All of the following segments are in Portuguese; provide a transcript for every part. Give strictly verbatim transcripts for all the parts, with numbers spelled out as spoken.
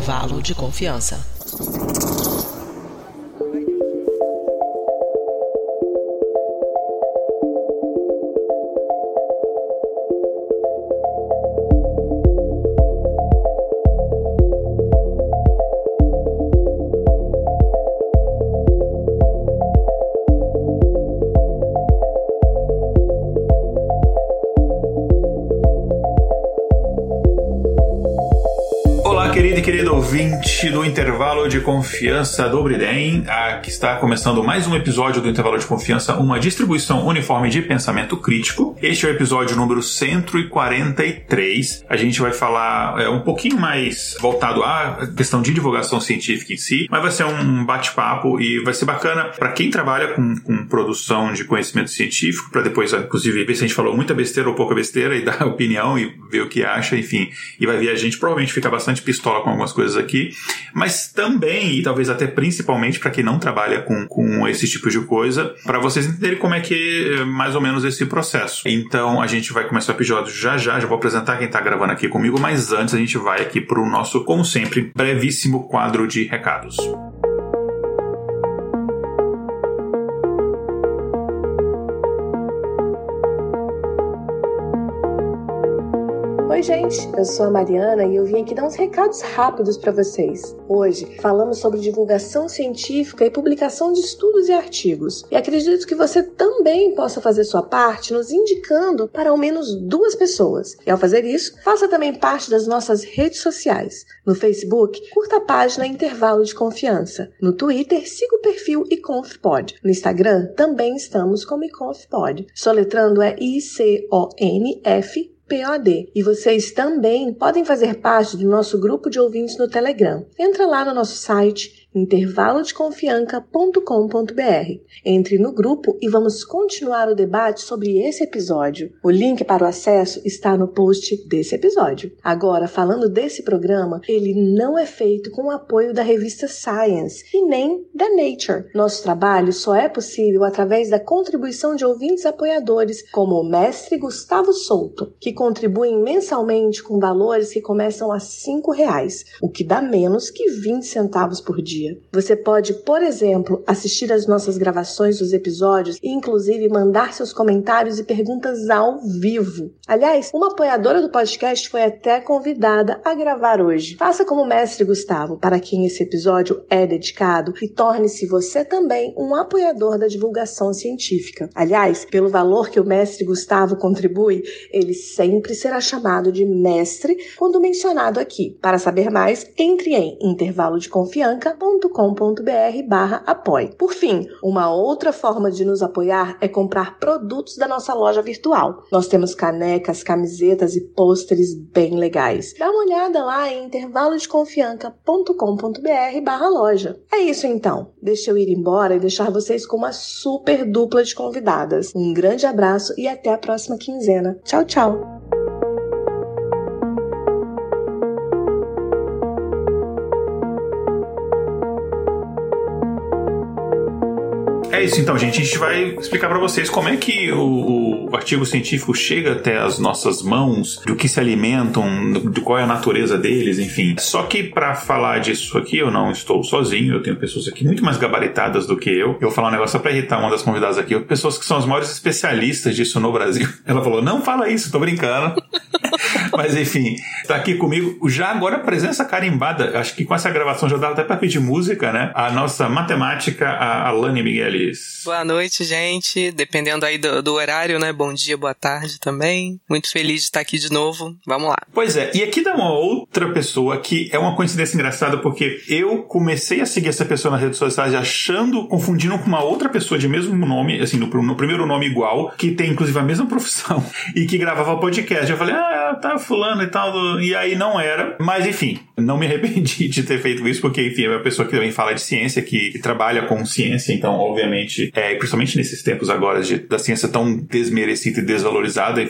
intervalo de confiança. Querido e querido ouvinte do Intervalo de Confiança do Briden, aqui está começando mais um episódio do Intervalo de Confiança, uma distribuição uniforme de pensamento crítico. Este é o episódio número cento e quarenta e três. A gente vai falar é, um pouquinho mais voltado à questão de divulgação científica em si, mas vai ser um bate-papo e vai ser bacana para quem trabalha com, com produção de conhecimento científico, para depois, inclusive, ver se a gente falou muita besteira ou pouca besteira e dar opinião e ver o que acha, enfim. E vai ver a gente provavelmente ficar bastante pistola com algumas coisas aqui, mas também, e talvez até principalmente para quem não trabalha com, com esse tipo de coisa, para vocês entenderem como é que é mais ou menos esse processo. Então a gente vai começar o episódio já já, já vou apresentar quem está gravando aqui comigo, mas antes a gente vai aqui para o nosso, como sempre, brevíssimo quadro de recados. Oi gente, eu sou a Mariana e eu vim aqui dar uns recados rápidos para vocês. Hoje falamos sobre divulgação científica e publicação de estudos e artigos. E acredito que você também possa fazer sua parte nos indicando para ao menos duas pessoas. E ao fazer isso, faça também parte das nossas redes sociais. No Facebook, curta a página Intervalo de Confiança. No Twitter, siga o perfil iconfpod. No Instagram, também estamos como iconfpod. Soletrando é I C O N F P O D. E vocês também podem fazer parte do nosso grupo de ouvintes no Telegram. Entra lá no nosso site intervalo de confianca ponto com ponto b r. Entre no grupo e vamos continuar o debate sobre esse episódio. O link para o acesso está no post desse episódio. Agora, falando desse programa, ele não é feito com o apoio da revista Science e nem da Nature. Nosso trabalho só é possível através da contribuição de ouvintes apoiadores, como o mestre Gustavo Souto, que contribuem mensalmente com valores que começam a cinco reais, o que dá menos que vinte centavos por dia. Você pode, por exemplo, assistir às nossas gravações dos episódios e, inclusive, mandar seus comentários e perguntas ao vivo. Aliás, uma apoiadora do podcast foi até convidada a gravar hoje. Faça como o mestre Gustavo, para quem esse episódio é dedicado, e torne-se você também um apoiador da divulgação científica. Aliás, pelo valor que o mestre Gustavo contribui, ele sempre será chamado de mestre quando mencionado aqui. Para saber mais, entre em intervalo de confiança ponto com ponto b r barra apoie. Por fim, uma outra forma de nos apoiar é comprar produtos da nossa loja virtual. Nós temos canecas, camisetas e pôsteres bem legais. Dá uma olhada lá em intervalo de confiança ponto com ponto b r barra loja. É isso então. Deixa eu ir embora e deixar vocês com uma super dupla de convidadas. Um grande abraço e até a próxima quinzena. Tchau, tchau! É isso então, gente. A gente vai explicar para vocês como é que o, o artigo científico chega até as nossas mãos, do que se alimentam, de qual é a natureza deles, enfim. Só que para falar disso aqui, eu não estou sozinho, eu tenho pessoas aqui muito mais gabaritadas do que eu. Eu vou falar um negócio só para irritar uma das convidadas aqui, pessoas que são as maiores especialistas disso no Brasil. Ela falou, não fala isso, tô brincando. Mas enfim, tá aqui comigo, já agora presença carimbada, acho que com essa gravação já dá até pra pedir música, né? A nossa matemática, a Alane Miguelis. Boa noite, gente, dependendo aí do, do horário, né? Bom dia, boa tarde também. Muito feliz de estar aqui de novo, vamos lá. Pois é, e aqui dá uma outra pessoa que é uma coincidência engraçada, porque eu comecei a seguir essa pessoa nas redes sociais achando, confundindo com uma outra pessoa de mesmo nome, assim, no, no primeiro nome igual, que tem inclusive a mesma profissão e que gravava podcast. Eu falei, ah, tá fulano e tal, e aí não era, mas enfim, não me arrependi de ter feito isso, porque enfim, é uma pessoa que também fala de ciência, que, que trabalha com ciência, então obviamente, é, principalmente nesses tempos agora de, da ciência tão desmerecida e desvalorizada, enfim,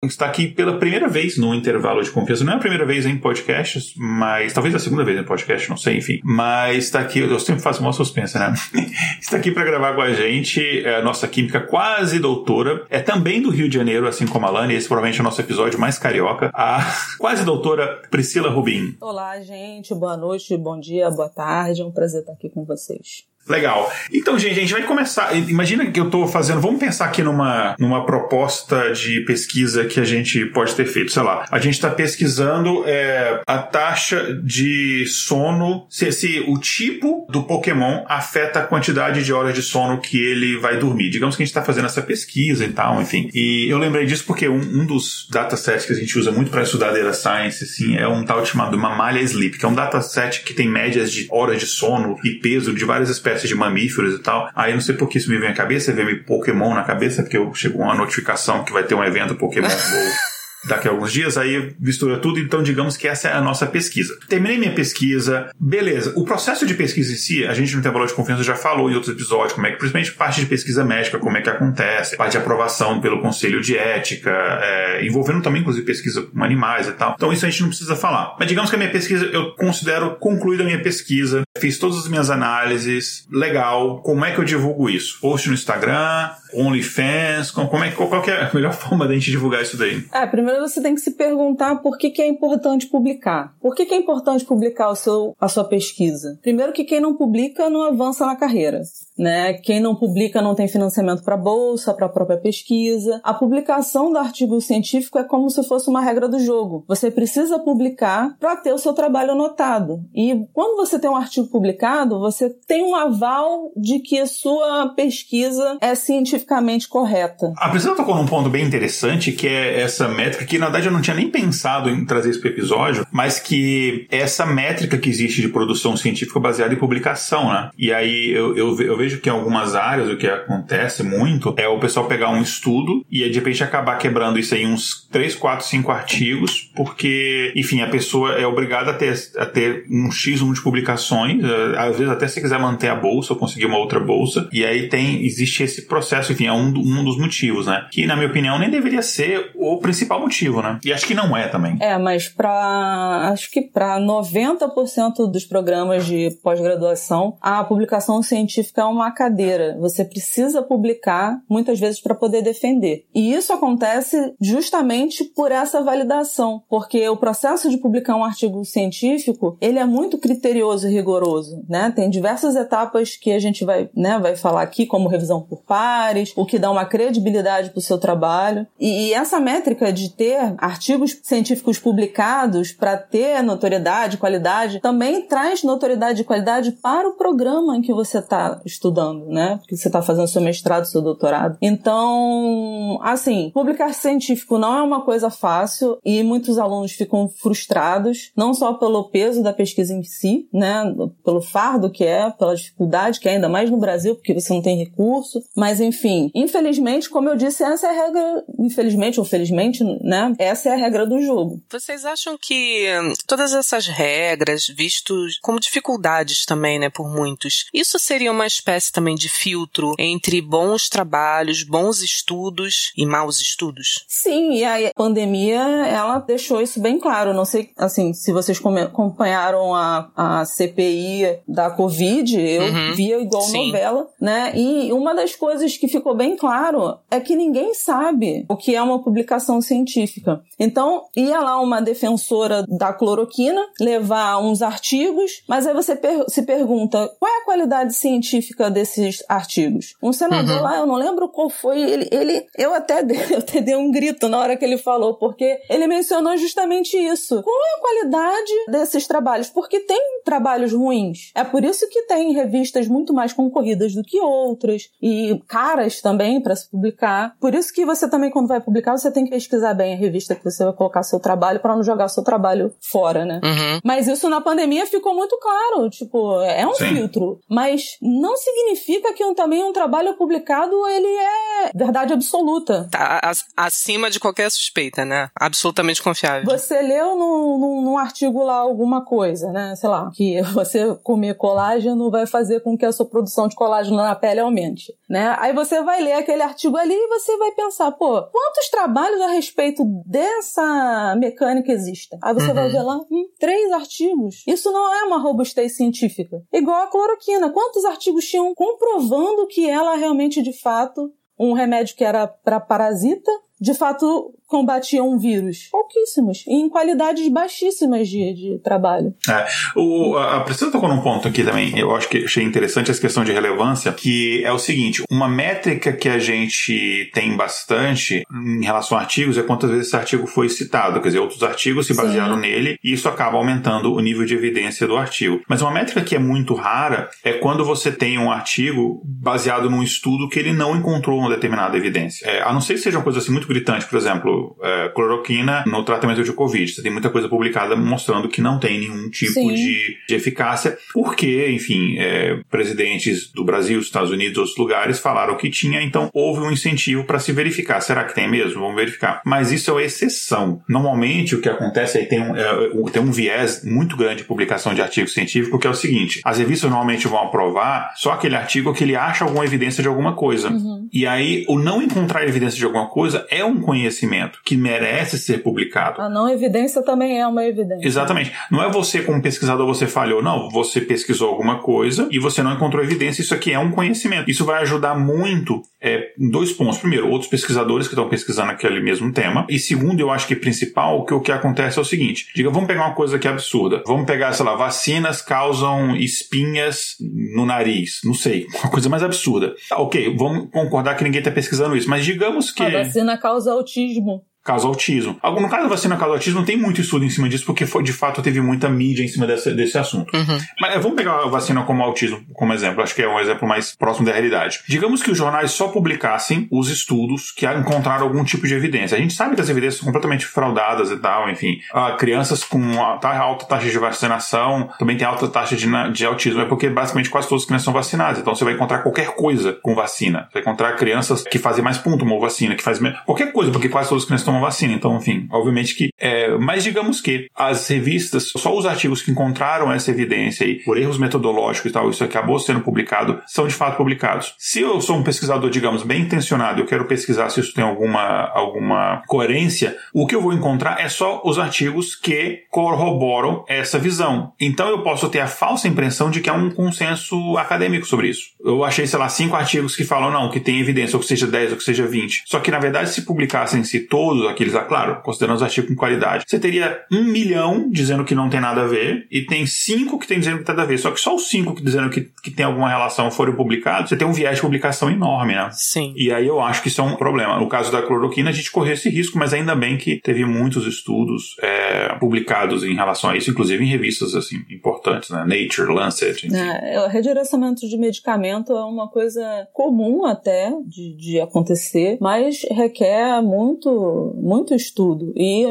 está aqui pela primeira vez no Intervalo de Confiança. Não é a primeira vez em podcasts, mas talvez a segunda vez em podcast, não sei, enfim. Mas está aqui, eu sempre faço uma suspensa, né? Está aqui para gravar com a gente a nossa química quase doutora. É também do Rio de Janeiro, assim como a Lani. Esse provavelmente é o nosso episódio mais carioca. A quase doutora Priscila Rubim. Olá, gente. Boa noite, bom dia, boa tarde. É um prazer estar aqui com vocês. Legal. Então, gente, a gente vai começar. Imagina que eu estou fazendo. Vamos pensar aqui numa, numa proposta de pesquisa que a gente pode ter feito. Sei lá, a gente está pesquisando é, a taxa de sono, se, se o tipo do Pokémon afeta a quantidade de horas de sono que ele vai dormir. Digamos que a gente está fazendo essa pesquisa e tal, enfim. E eu lembrei disso porque um, um dos datasets que a gente usa muito para estudar data science, assim, é um tal chamado Mammalia Sleep, que é um dataset que tem médias de horas de sono e peso de várias espécies de mamíferos e tal. Aí não sei por que isso me vem à cabeça, vem Pokémon na cabeça, porque eu chegou uma notificação que vai ter um evento Pokémon Go daqui a alguns dias, aí mistura tudo, então digamos que essa é a nossa pesquisa. Terminei minha pesquisa, beleza. O processo de pesquisa em si, a gente no Intervalo de Confiança já falou em outros episódios, como é que, principalmente parte de pesquisa médica, como é que acontece, parte de aprovação pelo Conselho de Ética, é, envolvendo também, inclusive, pesquisa com animais e tal. Então isso a gente não precisa falar. Mas digamos que a minha pesquisa, eu considero concluída a minha pesquisa, fiz todas as minhas análises, legal. Como é que eu divulgo isso? Post no Instagram, OnlyFans, como é, qual que é a melhor forma da gente divulgar isso daí? É, primeiro você tem que se perguntar por que, que é importante publicar. Por que, que é importante publicar o seu, a sua pesquisa? Primeiro que quem não publica não avança na carreira, né? Quem não publica não tem financiamento para bolsa, para a própria pesquisa. A publicação do artigo científico é como se fosse uma regra do jogo. Você precisa publicar para ter o seu trabalho anotado. E quando você tem um artigo publicado, você tem um aval de que a sua pesquisa é cientificamente correta. A Priscila tocou num ponto bem interessante, que é essa métrica que, na verdade, eu não tinha nem pensado em trazer isso para o episódio, mas que é essa métrica que existe de produção científica baseada em publicação, né? E aí eu, eu, eu vejo que em algumas áreas o que acontece muito é o pessoal pegar um estudo e de repente acabar quebrando isso aí em uns três, quatro, cinco artigos, porque, enfim, a pessoa é obrigada a ter, a ter um X número de publicações, às vezes até se quiser manter a bolsa ou conseguir uma outra bolsa, e aí tem, existe esse processo, enfim, é um, um dos motivos, né? Que, na minha opinião, nem deveria ser o principal motivo. Né? E acho que não é também. É, mas para acho que para noventa por cento dos programas de pós-graduação, a publicação científica é uma cadeira. Você precisa publicar muitas vezes para poder defender. E isso acontece justamente por essa validação, porque o processo de publicar um artigo científico, ele é muito criterioso e rigoroso, né? Tem diversas etapas que a gente vai, né, vai falar aqui, como revisão por pares, o que dá uma credibilidade para o seu trabalho. E, e essa métrica de ter artigos científicos publicados para ter notoriedade, qualidade, também traz notoriedade e qualidade para o programa em que você está estudando, né? Porque você está fazendo seu mestrado, seu doutorado. Então, assim, publicar científico não é uma coisa fácil e muitos alunos ficam frustrados, não só pelo peso da pesquisa em si, né? Pelo fardo que é, pela dificuldade que é, ainda mais no Brasil, porque você não tem recurso, mas enfim, infelizmente, como eu disse, essa é a regra, infelizmente ou felizmente, né? Essa é a regra do jogo. Vocês acham que todas essas regras, vistos como dificuldades também, né, por muitos, isso seria uma espécie também de filtro entre bons trabalhos, bons estudos e maus estudos? Sim, e a pandemia, ela deixou isso bem claro. Não sei, assim, se vocês acompanharam a, a C P I da Covid, eu uhum. via igual Sim. novela, né? E uma das coisas que ficou bem claro é que ninguém sabe o que é uma publicação científica. Então, ia lá uma defensora da cloroquina levar uns artigos, mas aí você per- se pergunta, qual é a qualidade científica desses artigos? Um senador uhum. lá, eu não lembro qual foi, ele, ele eu, até dei, eu até dei um grito na hora que ele falou, porque ele mencionou justamente isso. Qual é a qualidade desses trabalhos? Porque tem trabalhos ruins. É por isso que tem revistas muito mais concorridas do que outras, e caras também para se publicar. Por isso que você também, quando vai publicar, você tem que pesquisar bem a revista que você vai colocar seu trabalho para não jogar seu trabalho fora, né? Uhum. Mas isso na pandemia ficou muito claro, tipo, é um Sim. filtro, mas não significa que um, também um trabalho publicado, ele é verdade absoluta. Tá acima de qualquer suspeita, né? Absolutamente confiável. Você leu num, num, num artigo lá alguma coisa, né? Sei lá, que você você comer colágeno vai fazer com que a sua produção de colágeno na pele aumente, né? Aí você vai ler aquele artigo ali e você vai pensar, pô, quantos trabalhos a respeito dessa mecânica existem? Aí você uhum. vai ver lá, hum, três artigos. Isso não é uma robustez científica. Igual a cloroquina. Quantos artigos tinham comprovando que ela realmente, de fato, um remédio que era para parasita, de fato combatia um vírus? Pouquíssimos. E em qualidades baixíssimas de, de trabalho. É, o, a Priscila tocou num ponto aqui também, eu acho que achei interessante essa questão de relevância, que é o seguinte, uma métrica que a gente tem bastante em relação a artigos é quantas vezes esse artigo foi citado, quer dizer, outros artigos se basearam Sim. nele e isso acaba aumentando o nível de evidência do artigo. Mas uma métrica que é muito rara é quando você tem um artigo baseado num estudo que ele não encontrou uma determinada evidência. É, a não ser que seja uma coisa assim muito gritante, por exemplo, É, cloroquina no tratamento de Covid. Você tem muita coisa publicada mostrando que não tem nenhum tipo de, de eficácia, porque, enfim, é, presidentes do Brasil, dos Estados Unidos, outros lugares falaram que tinha, então houve um incentivo para se verificar. Será que tem mesmo? Vamos verificar. Mas isso é uma exceção. Normalmente o que acontece é que tem um, é, tem um viés muito grande de publicação de artigo científico, que é o seguinte, as revistas normalmente vão aprovar só aquele artigo que ele acha alguma evidência de alguma coisa. Uhum. E aí, o não encontrar evidência de alguma coisa é um conhecimento que merece ser publicado. A não evidência também é uma evidência. Exatamente. Não é você, como pesquisador, você falhou. Não, você pesquisou alguma coisa e você não encontrou evidência. Isso aqui é um conhecimento. Isso vai ajudar muito é, em dois pontos. Primeiro, outros pesquisadores que estão pesquisando aquele mesmo tema. E segundo, eu acho que principal, que o que acontece é o seguinte. Diga, vamos pegar uma coisa que é absurda. Vamos pegar, sei lá, vacinas causam espinhas no nariz. Não sei. Uma coisa mais absurda. Ok, vamos concordar que ninguém está pesquisando isso. Mas digamos que... A vacina causa autismo. Causa autismo. No caso da vacina causa autismo, não tem muito estudo em cima disso, porque foi, de fato teve muita mídia em cima desse, desse assunto. Uhum. Mas vamos pegar a vacina como autismo como exemplo, acho que é um exemplo mais próximo da realidade. Digamos que os jornais só publicassem os estudos que encontraram algum tipo de evidência. A gente sabe que as evidências são completamente fraudadas e tal, enfim. Ah, crianças com alta taxa de vacinação também tem alta taxa de, de autismo, é porque basicamente quase todas as crianças são vacinadas. Então você vai encontrar qualquer coisa com vacina. Você vai encontrar crianças que fazem mais ponto, tomou vacina, que faz qualquer coisa, porque quase todas as crianças tomam vacina, então, enfim, obviamente que é, mas digamos que as revistas, só os artigos que encontraram essa evidência aí, por erros metodológicos e tal, isso acabou sendo publicado, são de fato publicados. Se eu sou um pesquisador, digamos, bem intencionado, eu quero pesquisar se isso tem alguma, alguma coerência, o que eu vou encontrar é só os artigos que corroboram essa visão. Então eu posso ter a falsa impressão de que há um consenso acadêmico sobre isso. Eu achei, sei lá, cinco artigos que falam, não, que tem evidência, ou que seja dez, ou que seja vinte. Só que, na verdade, se publicassem-se todos aqueles, claro, considerando os artigos com qualidade, você teria um milhão dizendo que não tem nada a ver e tem cinco que tem dizendo que tem nada a ver. Só que só os cinco que dizendo que, que tem alguma relação forem publicados, você tem um viés de publicação enorme, né? Sim. E aí eu acho que isso é um problema. No caso da cloroquina, a gente correu esse risco, mas ainda bem que teve muitos estudos é, publicados em relação a isso, inclusive em revistas assim, importantes, né? Nature, Lancet, enfim. É, o redirecionamento de medicamento é uma coisa comum até de, de acontecer, mas requer muito, muito estudo e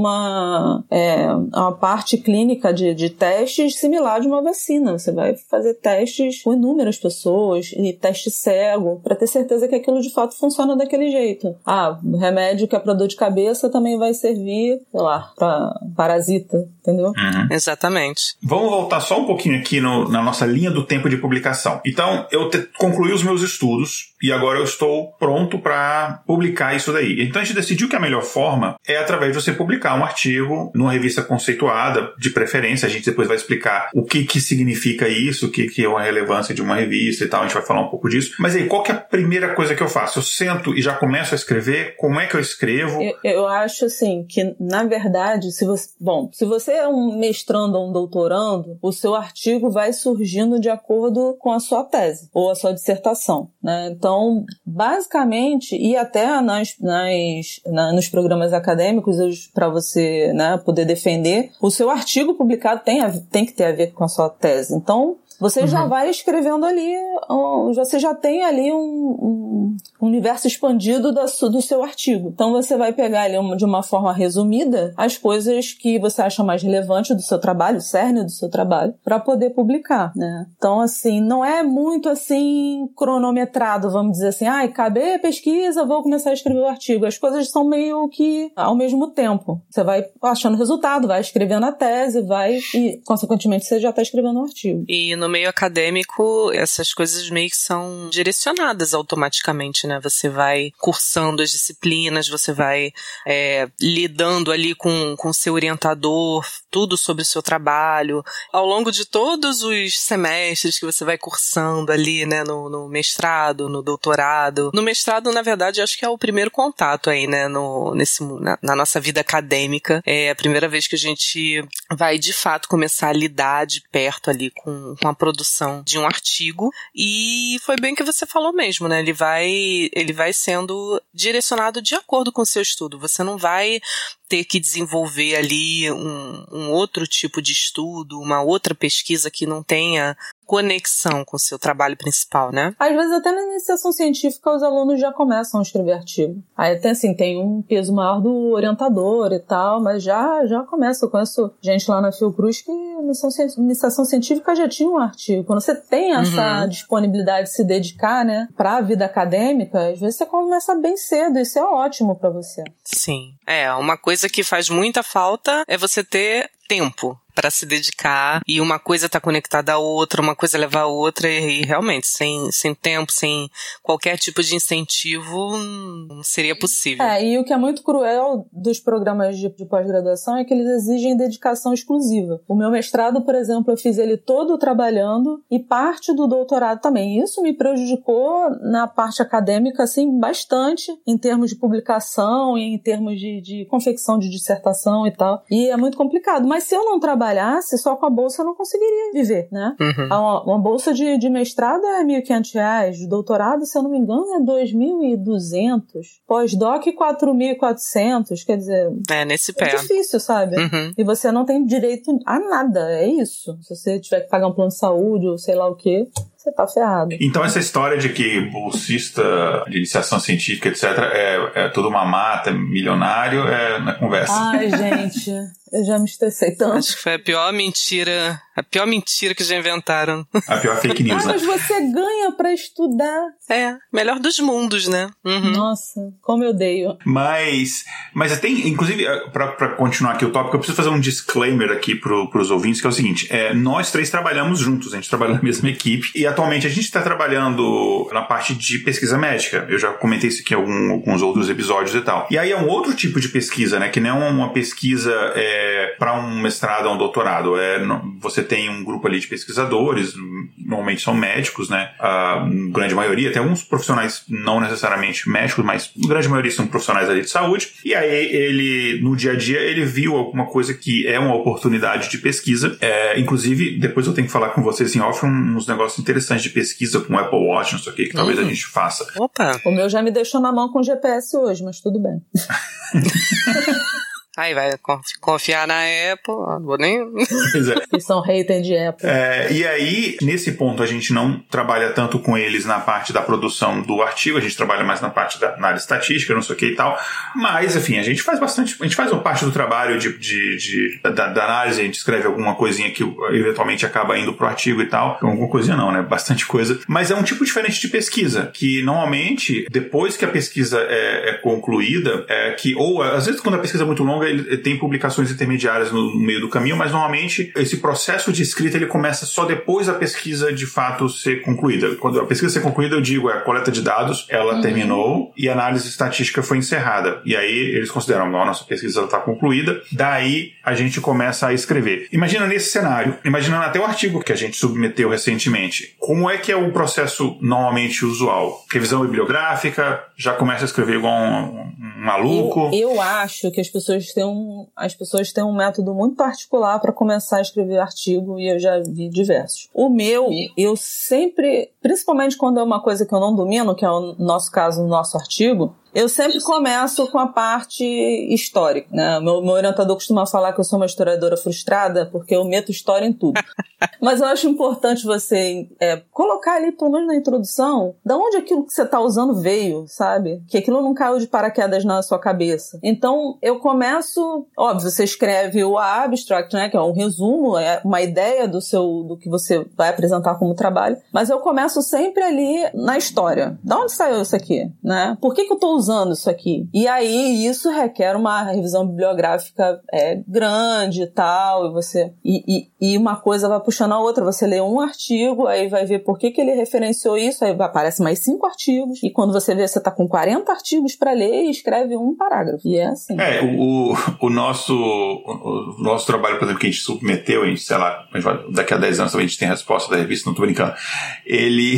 uma, é, uma parte clínica de, de testes similar de uma vacina. Você vai fazer testes com inúmeras pessoas e teste cego para ter certeza que aquilo de fato funciona daquele jeito. Ah, o remédio que é para dor de cabeça também vai servir, sei lá, para parasita, entendeu? Uhum. Exatamente. Vamos voltar só um pouquinho aqui no, na nossa linha do tempo de publicação. Então, eu te, concluí os meus estudos e agora eu estou pronto para publicar isso daí. Então, a gente decidiu que a melhor forma é através de você publicar um artigo numa revista conceituada, de preferência. A gente depois vai explicar o que que significa isso, o que que é a relevância de uma revista e tal. A gente vai falar um pouco disso. Mas aí, qual que é a primeira coisa que eu faço? Eu sento e já começo a escrever? Como é que eu escrevo? Eu, eu acho, assim, que, na verdade, se você... Bom, se você é um mestrando ou um doutorando, o seu artigo vai surgindo de acordo com a sua tese ou a sua dissertação, né? Então, basicamente, e até nas, nas, na, nos programas acadêmicos, para você, né, poder defender, o seu artigo publicado tem, a, tem que ter a ver com a sua tese. Então, você uhum. já vai escrevendo ali, você já tem ali um, um universo expandido da, do seu artigo. Então você vai pegar ali uma, de uma forma resumida as coisas que você acha mais relevante do seu trabalho, o cerne do seu trabalho, para poder publicar, né? Então, assim, não é muito assim cronometrado, vamos dizer assim, ai, acabei a pesquisa, vou começar a escrever o artigo. As coisas são meio que ao mesmo tempo. Você vai achando resultado, vai escrevendo a tese, vai e, consequentemente, você já está escrevendo um artigo. E no meio acadêmico, essas coisas meio que são direcionadas automaticamente, né? Você vai cursando as disciplinas, você vai é, lidando ali com o seu orientador, tudo sobre o seu trabalho. Ao longo de todos os semestres que você vai cursando ali, né? No, no mestrado, no doutorado. No mestrado, na verdade, acho que é o primeiro contato aí, né? No, nesse, na, na nossa vida acadêmica. É a primeira vez que a gente vai, de fato, começar a lidar de perto ali com, com a produção de um artigo. E foi bem o que você falou mesmo, né? Ele vai, ele vai sendo direcionado de acordo com o seu estudo. Você não vai ter que desenvolver ali um, um outro tipo de estudo, uma outra pesquisa que não tenha conexão com o seu trabalho principal, né? Às vezes até na iniciação científica os alunos já começam a escrever artigo. Aí até assim, tem um peso maior do orientador e tal, mas já, já começa. Eu conheço gente lá na Fiocruz que na iniciação científica já tinha um artigo. Quando você tem essa uhum. disponibilidade de se dedicar, né, para a vida acadêmica, às vezes você começa bem cedo, isso é ótimo para você. Sim. É, uma coisa que faz muita falta é você ter tempo para se dedicar, e uma coisa tá conectada à outra, uma coisa leva a outra, e, e realmente, sem, sem tempo, sem qualquer tipo de incentivo, não seria possível. É, e o que é muito cruel dos programas de, de pós-graduação é que eles exigem dedicação exclusiva. O meu mestrado, por exemplo, eu fiz ele todo trabalhando, e parte do doutorado também. Isso me prejudicou na parte acadêmica, assim, bastante, em termos de publicação, e em termos de, de confecção de dissertação e tal. E é muito complicado. Mas se eu não trabalhasse só com a bolsa, eu não conseguiria viver, né? Uhum. Uma, uma bolsa de, de mestrado é mil e quinhentos reais, de doutorado, se eu não me engano, é dois mil e duzentos, pós-doc quatro mil e quatrocentos, quer dizer... É, nesse pé. É difícil, sabe? Uhum. E você não tem direito a nada, é isso. Se você tiver que pagar um plano de saúde ou sei lá o quê, você tá ferrado. Então essa história de que bolsista de iniciação científica, etcétera, é, é tudo uma mata, milionário, é na conversa. Ai, gente, eu já me estressei tanto. Acho que foi a pior mentira, a pior mentira que já inventaram. A pior fake news, ah, né? Mas você ganha pra estudar. É, melhor dos mundos, né? Uhum. Nossa, como eu odeio. Mas, mas tem, inclusive, pra, pra continuar aqui o tópico, eu preciso fazer um disclaimer aqui pro, pros ouvintes, que é o seguinte, é, nós três trabalhamos juntos, a gente trabalha na mesma equipe, e atualmente a gente está trabalhando na parte de pesquisa médica. Eu já comentei isso aqui em algum, alguns outros episódios e tal. E aí é um outro tipo de pesquisa, né? Que não é uma pesquisa é, para um mestrado ou um doutorado. É, você tem um grupo ali de pesquisadores, normalmente são médicos, né? A grande maioria, tem alguns profissionais não necessariamente médicos, mas a grande maioria são profissionais ali de saúde. E aí ele, no dia a dia, ele viu alguma coisa que é uma oportunidade de pesquisa. É, inclusive, depois eu tenho que falar com vocês em off uns negócios interessantes de pesquisa com o Apple Watch, não sei o que, que talvez uhum. a gente faça. Opa! O meu já me deixou na mão com o G P S hoje, mas tudo bem. Aí vai confiar na Apple, não vou nem... Pois é. Eles são hater de Apple. É, e aí, nesse ponto, a gente não trabalha tanto com eles na parte da produção do artigo, a gente trabalha mais na parte da na área estatística, não sei o que e tal, mas, enfim, a gente faz bastante, a gente faz uma parte do trabalho de, de, de, da, da análise, a gente escreve alguma coisinha que eventualmente acaba indo pro artigo e tal, alguma coisinha não, né, bastante coisa, mas é um tipo diferente de pesquisa, que normalmente, depois que a pesquisa é, é concluída, é que, ou às vezes quando a pesquisa é muito longa, ele tem publicações intermediárias no meio do caminho, mas normalmente esse processo de escrita ele começa só depois da pesquisa de fato ser concluída. Quando a pesquisa ser concluída, eu digo, é a coleta de dados, ela uhum. terminou e a análise estatística foi encerrada. E aí eles consideram, não, a nossa pesquisa está concluída, daí a gente começa a escrever. Imagina nesse cenário, imaginando até o artigo que a gente submeteu recentemente, como é que é o processo normalmente usual? Revisão bibliográfica, já começa a escrever igual um, um maluco? Eu, eu acho que as pessoas têm um as pessoas têm um método muito particular para começar a escrever artigo, e eu já vi diversos. O meu, eu sempre, principalmente quando é uma coisa que eu não domino, que é o nosso caso, o nosso artigo, Eu sempre começo com a parte histórica, né? Meu, meu orientador costuma falar que eu sou uma historiadora frustrada porque eu meto história em tudo. Mas eu acho importante você é, colocar ali, pelo menos na introdução, da onde aquilo que você está usando veio, sabe? Que aquilo não caiu de paraquedas na sua cabeça. Então, eu começo... Óbvio, você escreve o abstract, né? Que é um resumo, é uma ideia do seu, do que você vai apresentar como trabalho. Mas eu começo sempre ali na história. Da onde saiu isso aqui, né? Por que que eu estou usando isso aqui? E aí, isso requer uma revisão bibliográfica é, grande e tal, e você... E, e, e uma coisa vai puxando a outra. Você lê um artigo, aí vai ver por que que ele referenciou isso, aí aparece mais cinco artigos, e quando você vê, você tá com quarenta artigos para ler e escreve um parágrafo. E é assim. É, o, o, nosso, o, o nosso trabalho, por exemplo, que a gente submeteu, a gente, sei lá, daqui a dez anos também a gente tem a resposta da revista, não tô brincando. Ele...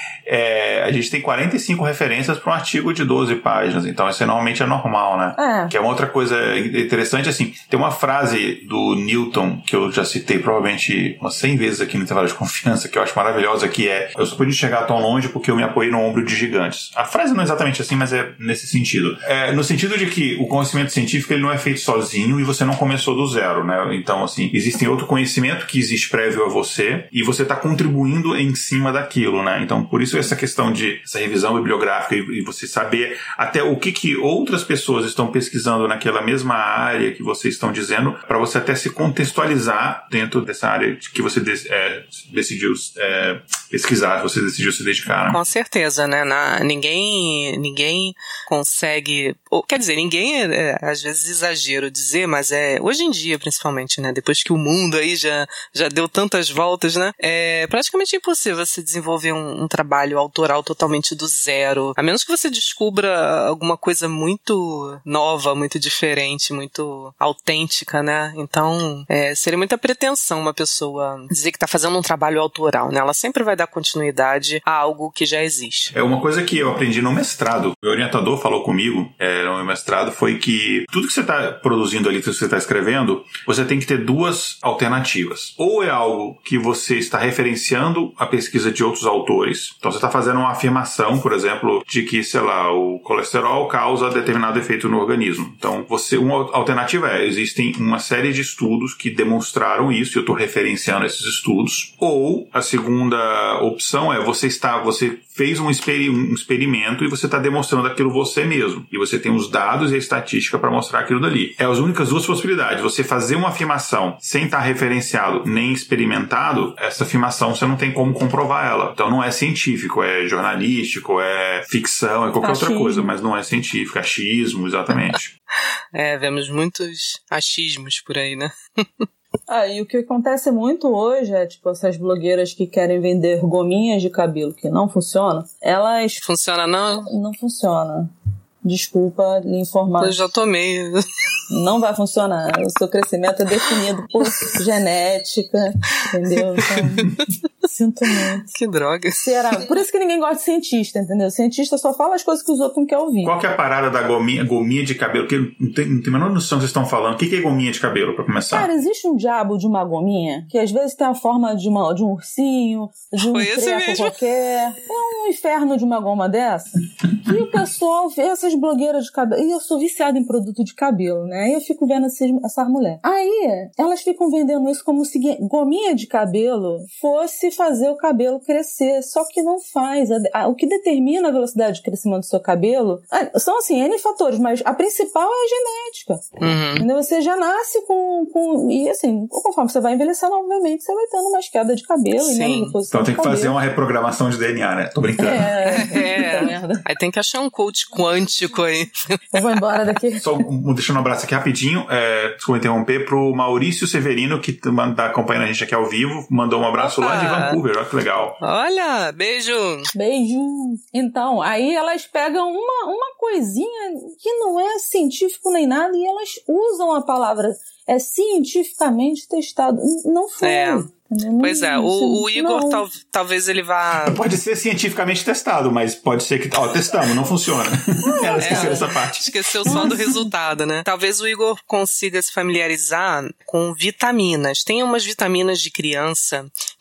É, a gente tem quarenta e cinco referências para um artigo de doze páginas, então isso normalmente é normal, né? É. Que é uma outra coisa interessante, assim, tem uma frase do Newton, que eu já citei provavelmente umas cem vezes aqui no Intervalo de Confiança, que eu acho maravilhosa, que é: eu só pude chegar tão longe porque eu me apoiei no ombro de gigantes. A frase não é exatamente assim, mas é nesse sentido. É, no sentido de que o conhecimento científico ele não é feito sozinho e você não começou do zero, né? Então, assim, existe outro conhecimento que existe prévio a você e você está contribuindo em cima daquilo, né? Então, por isso essa questão de essa revisão bibliográfica e, e você saber até o que, que outras pessoas estão pesquisando naquela mesma área que vocês estão dizendo, para você até se contextualizar dentro dessa área que você de, é, decidiu é, pesquisar, você decidiu se dedicar. Né? Com certeza, né? Na, ninguém, ninguém consegue... Ou, quer dizer, ninguém, é, às vezes exagero dizer, mas é hoje em dia, principalmente, né? Depois que o mundo aí já, já deu tantas voltas, né? É praticamente impossível você desenvolver um, um trabalho autoral totalmente do zero, a menos que você descubra alguma coisa muito nova, muito diferente, muito autêntica, né? Então, é, seria muita pretensão uma pessoa dizer que está fazendo um trabalho autoral, né? Ela sempre vai dar continuidade a algo que já existe. É uma coisa que eu aprendi no mestrado. Meu orientador falou comigo, é, no meu mestrado, foi que tudo que você está produzindo ali, tudo que você está escrevendo, você tem que ter duas alternativas. Ou é algo que você está referenciando a pesquisa de outros autores, então você está fazendo uma afirmação, por exemplo, de que, sei lá, o colesterol causa determinado efeito no organismo. Então, você, uma alternativa é, existem uma série de estudos que demonstraram isso, e eu estou referenciando esses estudos. Ou, a segunda opção é, você está, você fez um, experi- um experimento e você está demonstrando aquilo você mesmo. E você tem os dados e a estatística para mostrar aquilo dali. É as únicas duas possibilidades. Você fazer uma afirmação sem estar referenciado nem experimentado, essa afirmação você não tem como comprovar ela. Então, não é científico, é jornalístico, é ficção, é qualquer Achismo. outra coisa, mas não é científico, é achismo, exatamente. É, vemos muitos achismos por aí, né? Ah, e o que acontece muito hoje é, tipo, essas blogueiras que querem vender gominhas de cabelo que não funcionam, elas... Funciona não? Não funciona. Desculpa lhe informar. Eu já tomei. Não vai funcionar. O seu crescimento é definido por genética, entendeu? Então, sinto muito. Que droga. Será? Por isso que ninguém gosta de cientista, entendeu? O cientista só fala as coisas que os outros não querem ouvir. Qual que é a parada da gominha, gominha de cabelo? Que não tem, não tem a menor noção do que vocês estão falando. O que é gominha de cabelo, pra começar? Cara, existe um diabo de uma gominha que às vezes tem a forma de, uma, de um ursinho, de um Foi esse treco mesmo. qualquer. É um inferno de uma goma dessa. E o pessoal vê essas blogueiras de cabelo. E eu sou viciada em produto de cabelo, né? Aí eu fico vendo esses, essas mulheres. Aí, elas ficam vendendo isso como se gominha de cabelo fosse fazer o cabelo crescer. Só que não faz. O que determina a velocidade de crescimento do seu cabelo são, assim, N fatores, mas a principal é a genética. Uhum. Você já nasce com, com... E, assim, conforme você vai envelhecendo, obviamente, você vai tendo mais queda de cabelo. Sim. E menos reposição Então tem que de fazer cabelo. uma reprogramação de D N A, né? Tô brincando. É, É. puta merda. Aí tem que achar um coach quântico aí. Eu vou embora daqui. Só um, deixando um abraço aqui rapidinho, é, desculpa interromper, pro Maurício Severino, que tá acompanhando a gente aqui ao vivo, mandou um abraço Opa. lá de Vancouver, olha que legal. Olha, beijo. Beijo. Então, aí elas pegam uma, uma coisinha que não é científico nem nada e elas usam a palavra é cientificamente testado. Não foi. É. Não, Pois é, o, o Igor não. tal, talvez ele vá... Pode ser cientificamente testado, mas pode ser que... Ó, testamos, não funciona. Ela esqueceu É. essa parte. Esqueceu só do resultado, né? Talvez o Igor consiga se familiarizar com vitaminas. Tem umas vitaminas de criança que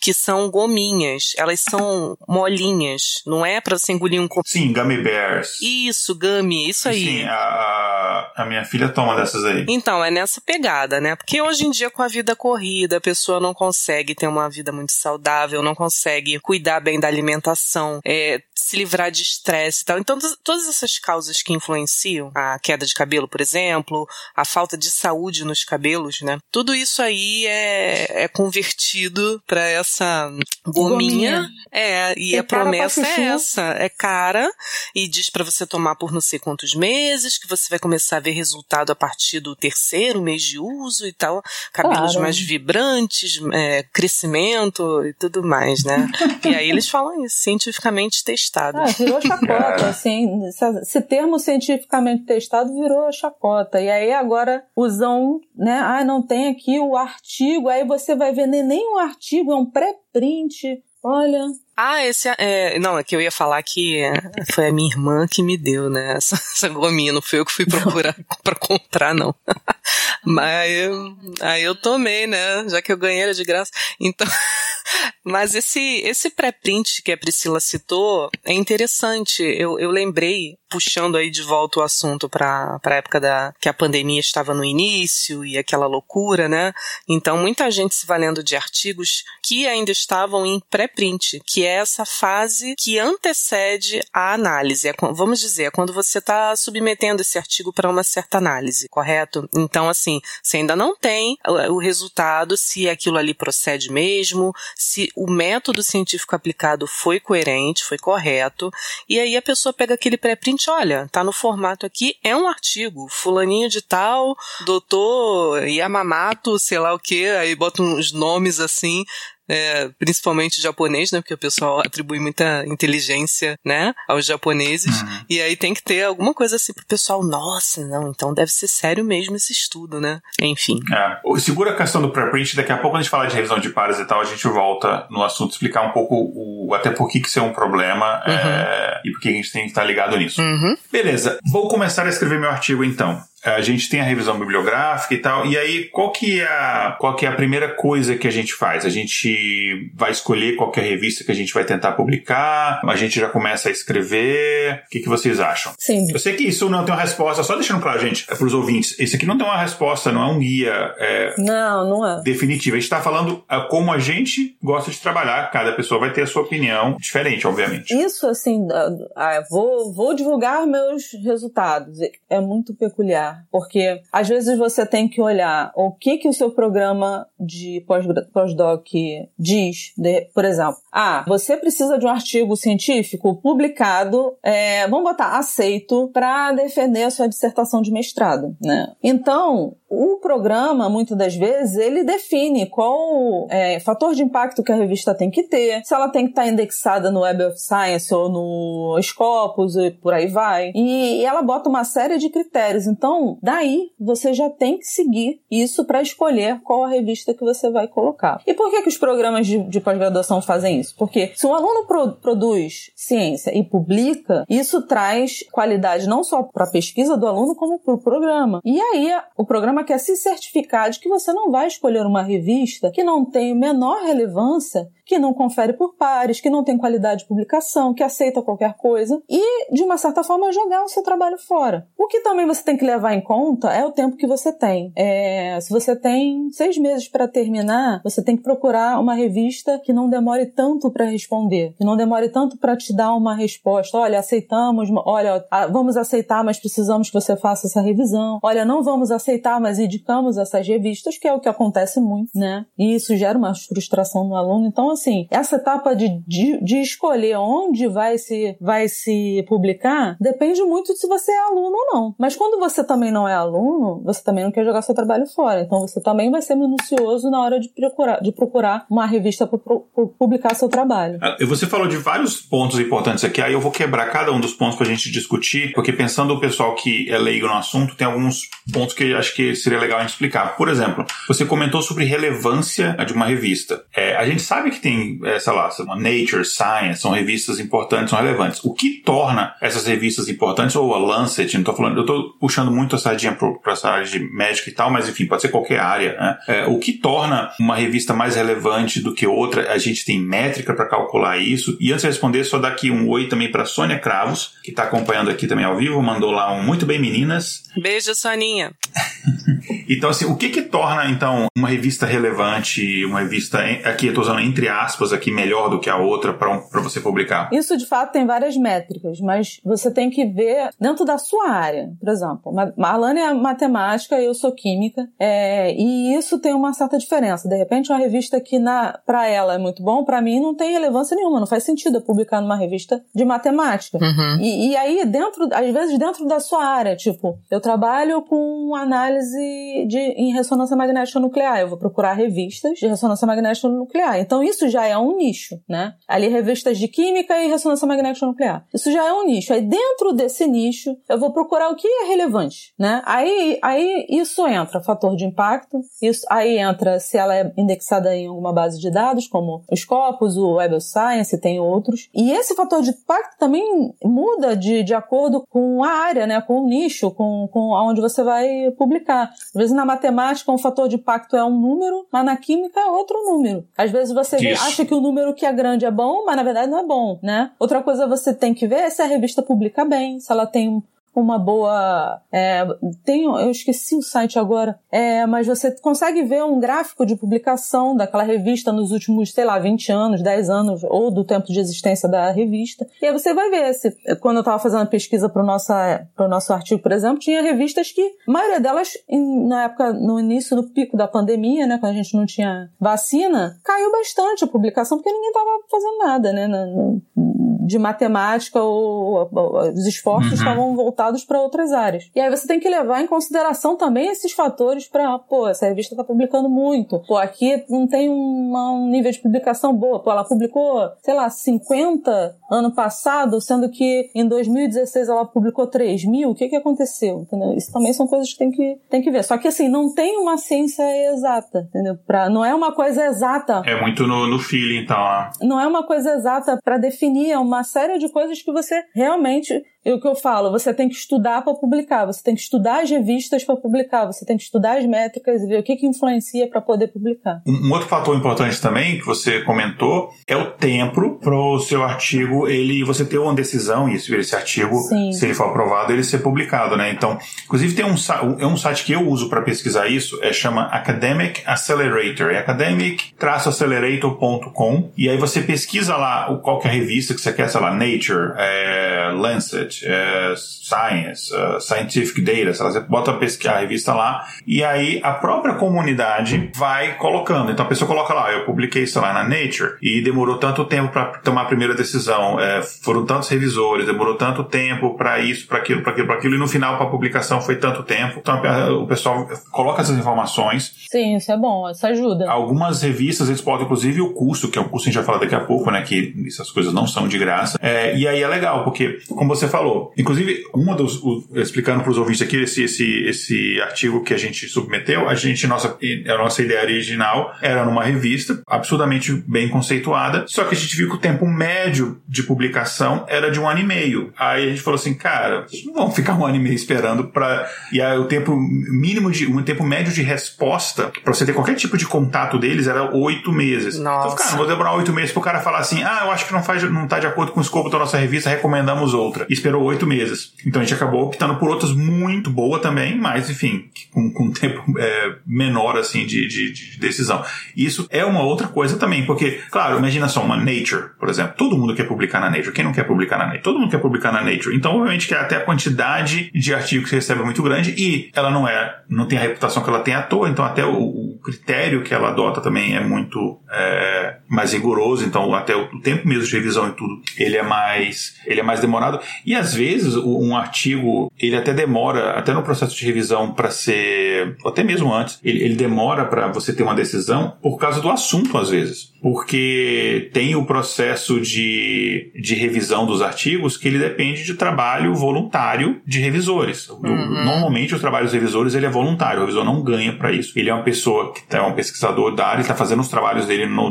que são gominhas. Elas são molinhas, não é pra você engolir um... Sim, Gummy Bears. Isso, Gummy, isso aí. Sim, a, a minha filha toma dessas aí. Então, é nessa pegada, né? Porque hoje em dia, com a vida corrida, a pessoa não consegue ter uma vida muito saudável, não consegue cuidar bem da alimentação, é, se livrar de estresse e tal. Então, todas essas causas que influenciam a queda de cabelo, por exemplo, a falta de saúde nos cabelos, né? Tudo isso aí é, é convertido pra essa gominha. gominha. É, e Tem a promessa é essa. É cara e diz pra você tomar por não sei quantos meses, que você vai começar a ver resultado a partir do terceiro mês de uso e tal. Cabelos claro. mais vibrantes, é, crescimento e tudo mais, né? E aí eles falam isso, cientificamente testado. Ah, virou chacota, assim. Esse termo cientificamente testado virou chacota. E aí agora usam, né? Ah, não tem aqui o artigo. Aí você vai ver nem um artigo, é um pré-print. Olha... Ah, esse é... Não, é que eu ia falar que foi a minha irmã que me deu, né? Essa, essa gominha, não fui eu que fui procurar pra comprar, não. Mas eu, aí eu tomei, né? Já que eu ganhei era de graça. Então... Mas esse, esse pré-print que a Priscila citou é interessante. Eu, eu lembrei, puxando aí de volta o assunto para a época da, que a pandemia estava no início e aquela loucura, né? Então, muita gente se valendo de artigos que ainda estavam em pré-print, que é essa fase que antecede a análise. É, vamos dizer, é quando você está submetendo esse artigo para uma certa análise, correto? Então, assim, você ainda não tem o, o resultado, se aquilo ali procede mesmo, se o método científico aplicado foi coerente, foi correto, e aí a pessoa pega aquele pré-print, olha, tá no formato aqui, é um artigo, fulaninho de tal, doutor Yamamoto, sei lá o que, aí bota uns nomes assim, É, principalmente japonês, né, porque o pessoal atribui muita inteligência, né, aos japoneses, uhum. E aí tem que ter alguma coisa assim pro pessoal, nossa, não, então deve ser sério mesmo esse estudo, né, enfim. É, segura a questão do pré-print, daqui a pouco a gente fala de revisão de pares e tal, a gente volta no assunto, explicar um pouco o, até por que que isso é um problema, uhum. é, e por que a gente tem que estar ligado nisso. Uhum. Beleza, vou começar a escrever meu artigo então. A gente tem a revisão bibliográfica e tal, e aí qual que, é a, qual que é a primeira coisa que a gente faz? A gente vai escolher qual que é a revista que a gente vai tentar publicar, a gente já começa a escrever, o que, que vocês acham? Sim. Eu sei que isso não tem uma resposta, só deixando claro, gente, é para os ouvintes, esse aqui não tem uma resposta, não é um guia é, não, não é. definitivo, a gente está falando como a gente gosta de trabalhar, cada pessoa vai ter a sua opinião diferente, obviamente. Isso, assim, vou, vou divulgar meus resultados, é muito peculiar. Porque às vezes você tem que olhar o que que o seu programa de pós-doc diz, de, por exemplo, ah, você precisa de um artigo científico publicado, é, vamos botar aceito, para defender a sua dissertação de mestrado, né? Então, o programa, muitas das vezes, ele define qual é, fator de impacto que a revista tem que ter, se ela tem que estar indexada no Web of Science ou no Scopus e por aí vai. E, e ela bota uma série de critérios. Então, daí, você já tem que seguir isso para escolher qual a revista que você vai colocar. E por que que os programas de, de pós-graduação fazem isso? Porque se um aluno pro, produz ciência e publica, isso traz qualidade não só para a pesquisa do aluno, como para o programa. E aí, o programa quer se certificar de que você não vai escolher uma revista que não tem menor relevância, que não confere por pares, que não tem qualidade de publicação, que aceita qualquer coisa e, de uma certa forma, jogar o seu trabalho fora. O que também você tem que levar em conta é o tempo que você tem. É, se você tem seis meses para terminar, você tem que procurar uma revista que não demore tanto para responder, que não demore tanto para te dar uma resposta. Olha, aceitamos, olha, vamos aceitar, mas precisamos que você faça essa revisão. Olha, não vamos aceitar, mas indicamos essas revistas, que é o que acontece muito, né? E isso gera uma frustração no aluno. Então, assim, essa etapa de, de, de escolher onde vai se, vai se publicar depende muito de se você é aluno ou não. Mas quando você também não é aluno, você também não quer jogar seu trabalho fora. Então você também vai ser minucioso na hora de procurar, de procurar uma revista para publicar seu trabalho. Você falou de vários pontos importantes aqui, aí eu vou quebrar cada um dos pontos para a gente discutir, porque pensando o pessoal que é leigo no assunto, tem alguns pontos que acho que seria legal a gente explicar. Por exemplo, você comentou sobre relevância de uma revista. É, a gente sabe que tem tem, é, sei lá, Nature, Science, são revistas importantes, são relevantes. O que torna essas revistas importantes, ou a Lancet, não tô falando, eu tô puxando muito a sardinha para essa área de médica e tal, mas enfim, pode ser qualquer área, né? É, o que torna uma revista mais relevante do que outra, a gente tem métrica para calcular isso. E antes de responder, só dar aqui um oi também para Sônia Cravos, que está acompanhando aqui também ao vivo, mandou lá um muito bem, meninas. Beijo, Soninha. Então, assim, o que que torna, então, uma revista relevante, uma revista, aqui eu estou usando entre aspas, aqui, melhor do que a outra para um, para você publicar? Isso, de fato, tem várias métricas, mas você tem que ver dentro da sua área. Por exemplo, a Alane é matemática, eu sou química, é, e isso tem uma certa diferença. De repente, uma revista que para ela é muito bom, para mim não tem relevância nenhuma, não faz sentido eu publicar numa revista de matemática. Uhum. E, e aí, dentro, às vezes, dentro da sua área, tipo, eu trabalho com análise de, em ressonância magnética nuclear, eu vou procurar revistas de ressonância magnética nuclear. Então, isso já é um nicho, né? Ali, revistas de química e ressonância magnética nuclear. Isso já é um nicho. Aí, dentro desse nicho, eu vou procurar o que é relevante, né? Aí, aí isso entra fator de impacto, isso, aí entra se ela é indexada em alguma base de dados, como o Scopus, o Web of Science, e tem outros. E esse fator de impacto também muda de, de acordo com a área, né? Com o nicho, com, com onde você vai publicar. Às vezes, na matemática, um fator de impacto é um número, mas na química é outro número. Às vezes, você Isso. acha que o número que é grande é bom, mas na verdade não é bom, né? Outra coisa você tem que ver é se a revista publica bem, se ela tem uma boa... É, tem, eu esqueci o site agora, é, mas você consegue ver um gráfico de publicação daquela revista nos últimos, sei lá, vinte anos, dez anos, ou do tempo de existência da revista. E aí você vai ver, se, quando eu estava fazendo a pesquisa para o nosso, nosso artigo, por exemplo, tinha revistas que, a maioria delas, em, na época, no início, no pico da pandemia, né, quando a gente não tinha vacina, caiu bastante a publicação, porque ninguém estava fazendo nada, né, na, na, de matemática, ou, ou os esforços uhum. estavam voltados para outras áreas. E aí você tem que levar em consideração também esses fatores para, pô, essa revista está publicando muito. Pô, aqui não tem uma, um nível de publicação boa. Pô, ela publicou, sei lá, cinquenta ano passado, sendo que em dois mil e dezesseis ela publicou três mil. O que que aconteceu? Entendeu? Isso também são coisas que tem que, tem que ver. Só que, assim, não tem uma ciência exata, entendeu? Pra, não é uma coisa exata. É muito no, no feeling, então. Ó. Não é uma coisa exata para definir, é uma série de coisas que você realmente... E o que eu falo, você tem que estudar para publicar, você tem que estudar as revistas para publicar, você tem que estudar as métricas e ver o que que influencia para poder publicar. Um, um outro fator importante também, que você comentou, é o tempo para o seu artigo, ele, você ter uma decisão, e esse, esse artigo, Sim. se ele for aprovado, ele ser publicado, né? Então, inclusive tem um, é um site que eu uso para pesquisar isso, é, chama Academic Accelerator, é academic accelerator ponto com, e aí você pesquisa lá qual que é a revista que você quer, sei lá, Nature, é, Lancet, É, Science, uh, Scientific Data, você bota a, pesquisa, a revista lá e aí a própria comunidade vai colocando. Então a pessoa coloca lá, eu publiquei isso lá na Nature e demorou tanto tempo para tomar a primeira decisão, é, foram tantos revisores, demorou tanto tempo para isso, para aquilo, para aquilo, para aquilo e no final para a publicação foi tanto tempo. Então o pessoal coloca essas informações. Sim, isso é bom, isso ajuda. Algumas revistas eles podem, inclusive o custo, que é um custo que a gente vai falar daqui a pouco, né, que essas coisas não são de graça, é, e aí é legal, porque como você falou, inclusive, uma dos, o, explicando para os ouvintes aqui, esse, esse, esse artigo que a gente submeteu, a gente, nossa, a nossa ideia original era numa revista absurdamente bem conceituada, só que a gente viu que o tempo médio de publicação era de um ano e meio. Aí a gente falou assim, cara, não vamos ficar um ano e meio esperando para... E aí o tempo mínimo de... um tempo médio de resposta para você ter qualquer tipo de contato deles era oito meses. Nossa. Então, cara, não vou demorar oito meses pro cara falar assim, ah, eu acho que não faz, não tá de acordo com o escopo da nossa revista, recomendamos outra. E esperou oito meses. Então a gente acabou optando por outras muito boa também, mas enfim, com, com um tempo é, menor assim de, de, de decisão. Isso é uma outra coisa também, porque, claro, imagina só uma Nature, por exemplo. Todo mundo quer publicar na Nature. Quem não quer publicar na Nature? Todo mundo quer publicar na Nature. Então, obviamente, que até a quantidade de artigos que você recebe é muito grande e ela não é, não tem a reputação que ela tem à toa, então até o, o critério que ela adota também é muito é, mais rigoroso, então até o, o tempo mesmo de revisão e tudo, ele é mais, ele é mais demorado. E às vezes um artigo, ele até demora, até no processo de revisão para ser, ou até mesmo antes, ele, ele demora para você ter uma decisão por causa do assunto às vezes, porque tem o processo de, de revisão dos artigos que ele depende de trabalho voluntário de revisores. Uhum. Normalmente os trabalhos de revisores ele é voluntário, o revisor não ganha para isso. Ele é uma pessoa que é um pesquisador da área, está fazendo os trabalhos dele no dia a dia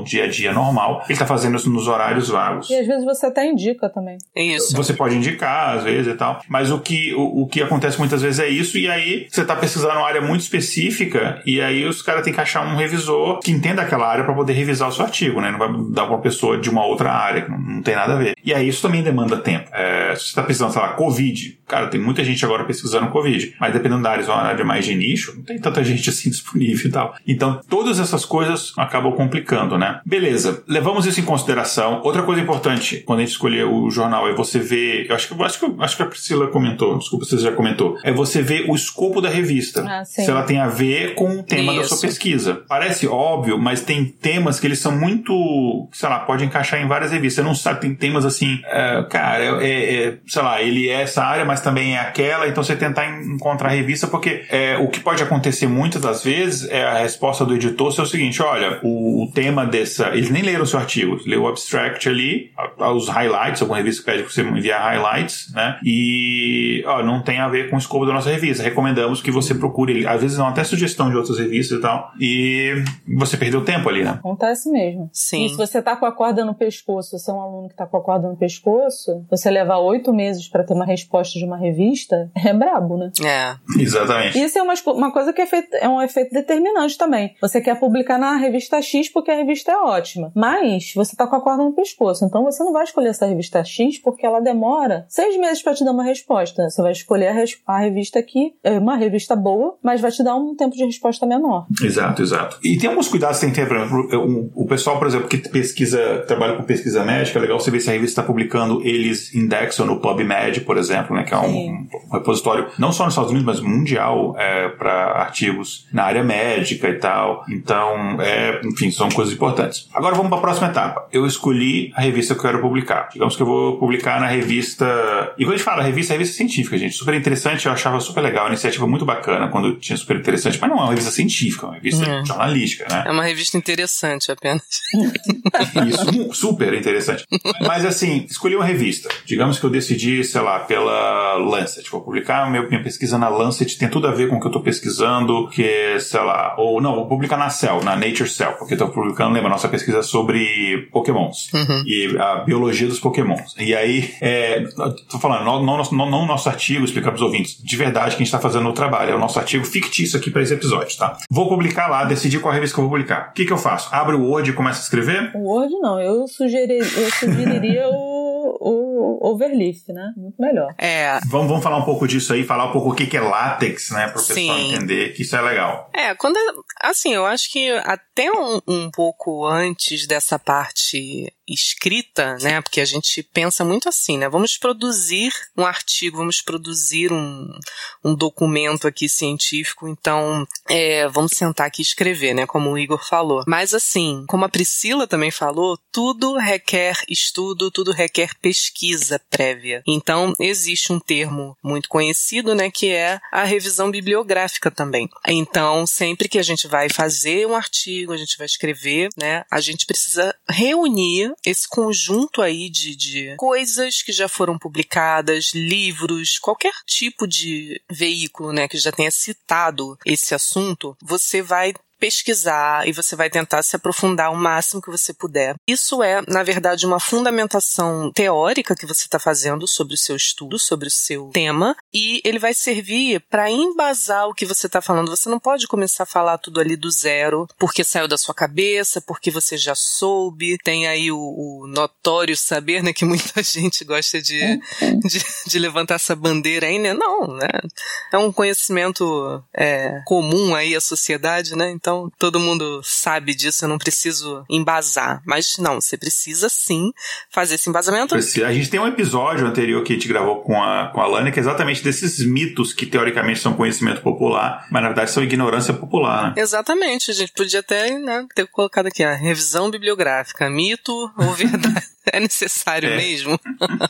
dia normal, ele está fazendo isso nos horários vagos. E às vezes você até indica também. É isso. Você pode indicar, às vezes, e tal. Mas o que, o, o que acontece muitas vezes é isso, e aí você está pesquisando uma área muito específica, e aí os caras têm que achar um revisor que entenda aquela área para poder revisar o seu artigo, né? Não vai dar pra uma pessoa de uma outra área, que não, não tem nada a ver. E aí isso também demanda tempo. É, se você está pesquisando, sei lá, Covid, cara, tem muita gente agora pesquisando Covid, mas dependendo da área, se é uma área mais de nicho, não tem tanta gente assim disponível e tal. Então, todas essas coisas acabam complicando, né? Beleza, levamos isso em consideração. Outra coisa importante, quando a gente escolher o jornal, é você ver, eu acho que, acho que, acho que a Priscila comentou, desculpa se você já comentou, é você ver o escopo da revista. Ah, se ela tem a ver com o tema isso. da sua pesquisa. Parece óbvio, mas tem temas que eles são muito, sei lá, pode encaixar em várias revistas. Você não sabe, tem temas assim, é, cara, é, é, sei lá, ele é essa área, mas também é aquela, então você tentar encontrar a revista, porque é, o que pode acontecer muitas das vezes é a resposta do editor ser o seguinte, olha, o, o tema dessa, eles nem leram o seu artigo, leu o abstract ali, os highlights, alguma revista pede pra você enviar highlights, né, e ó, não tem a ver com o escopo da nossa revista, recomendamos que você procure, às vezes não até sugestão de outras revistas e tal, e você perdeu tempo ali, né? Acontece mesmo. Sim. E se você tá com a corda no pescoço, você é um aluno que tá com a corda no pescoço, você levar oito meses pra ter uma resposta de uma revista, é brabo, né? É. Exatamente. Isso é uma, uma coisa que é, feito, é um efeito determinante também. Você quer publicar na revista X porque a revista é ótima, mas você tá com a corda no pescoço, então você não vai escolher essa revista X porque ela demora seis meses pra te dar uma resposta. Você vai escolher a, res, a revista que é uma revista boa, mas vai te dar um tempo de resposta menor. Exato, exato. E tem alguns cuidados que tem que ter, por exemplo, o pessoal, por exemplo, que pesquisa, trabalha com pesquisa médica, é legal você ver se a revista está publicando, eles indexam no PubMed, por exemplo, né, que é um, um repositório, não só nos Estados Unidos, mas mundial, é, para artigos na área médica e tal. Então, é, enfim, são coisas importantes. Agora vamos para a próxima etapa. Eu escolhi a revista que eu quero publicar. Digamos que eu vou publicar na revista... E quando a gente fala revista, é revista científica, gente. Super interessante, eu achava super legal, uma iniciativa muito bacana quando tinha super interessante, mas não é uma revista científica, é uma revista uhum. jornalística, né? É uma revista interessante apenas. Isso, super interessante. Mas assim, escolhi uma revista. Digamos que eu decidi, sei lá, pela Lancet. Vou publicar minha, minha pesquisa na Lancet, tem tudo a ver com o que eu tô pesquisando, que, sei lá, ou não, vou publicar na Cell, na Nature Cell, porque eu tô publicando, lembra, nossa pesquisa sobre pokémons uhum. e a biologia dos pokémons. E aí, é, tô falando, não, não, não, não o nosso artigo, explicar pros ouvintes, de verdade, que a gente tá fazendo o trabalho, é o nosso artigo fictício aqui pra esse episódio, tá? Vou publicar lá, decidir qual revista que eu vou publicar. O que que eu faço? Abro o Word e começo a escrever? O Word não, eu, sugeri, eu sugeriria o, o Overleaf, né? Muito melhor. É. Vamos, vamos falar um pouco disso aí, falar um pouco o que que é látex, né? Pro pessoal Sim. entender que isso é legal. É, quando, assim, eu acho que até um, um pouco antes dessa parte escrita, né, porque a gente pensa muito assim, né, vamos produzir um artigo, vamos produzir um, um documento aqui científico, então é, vamos sentar aqui e escrever, né, como o Igor falou. Mas assim, como a Priscila também falou, tudo requer estudo, tudo requer pesquisa prévia. Então existe um termo muito conhecido, né, que é a revisão bibliográfica também. Então sempre que a gente vai fazer um artigo, a gente vai escrever, né, a gente precisa reunir esse conjunto aí de, de coisas que já foram publicadas, livros, qualquer tipo de veículo, né, que já tenha citado esse assunto, você vai pesquisar e você vai tentar se aprofundar o máximo que você puder. Isso é, na verdade, uma fundamentação teórica que você está fazendo sobre o seu estudo, sobre o seu tema, e ele vai servir para embasar o que você está falando. Você não pode começar a falar tudo ali do zero, porque saiu da sua cabeça, porque você já soube. Tem aí o, o notório saber, né, que muita gente gosta de, de, de levantar essa bandeira aí, né? Não, né? É um conhecimento é, comum aí à sociedade, né? Então, Então, todo mundo sabe disso, eu não preciso embasar. Mas não, você precisa sim fazer esse embasamento. A gente tem um episódio anterior que a gente gravou com a, com a Lana, que é exatamente desses mitos que teoricamente são conhecimento popular, mas na verdade são ignorância popular, né? Exatamente, a gente podia até, né, ter colocado aqui a revisão bibliográfica, mito ou verdade. É necessário é. mesmo?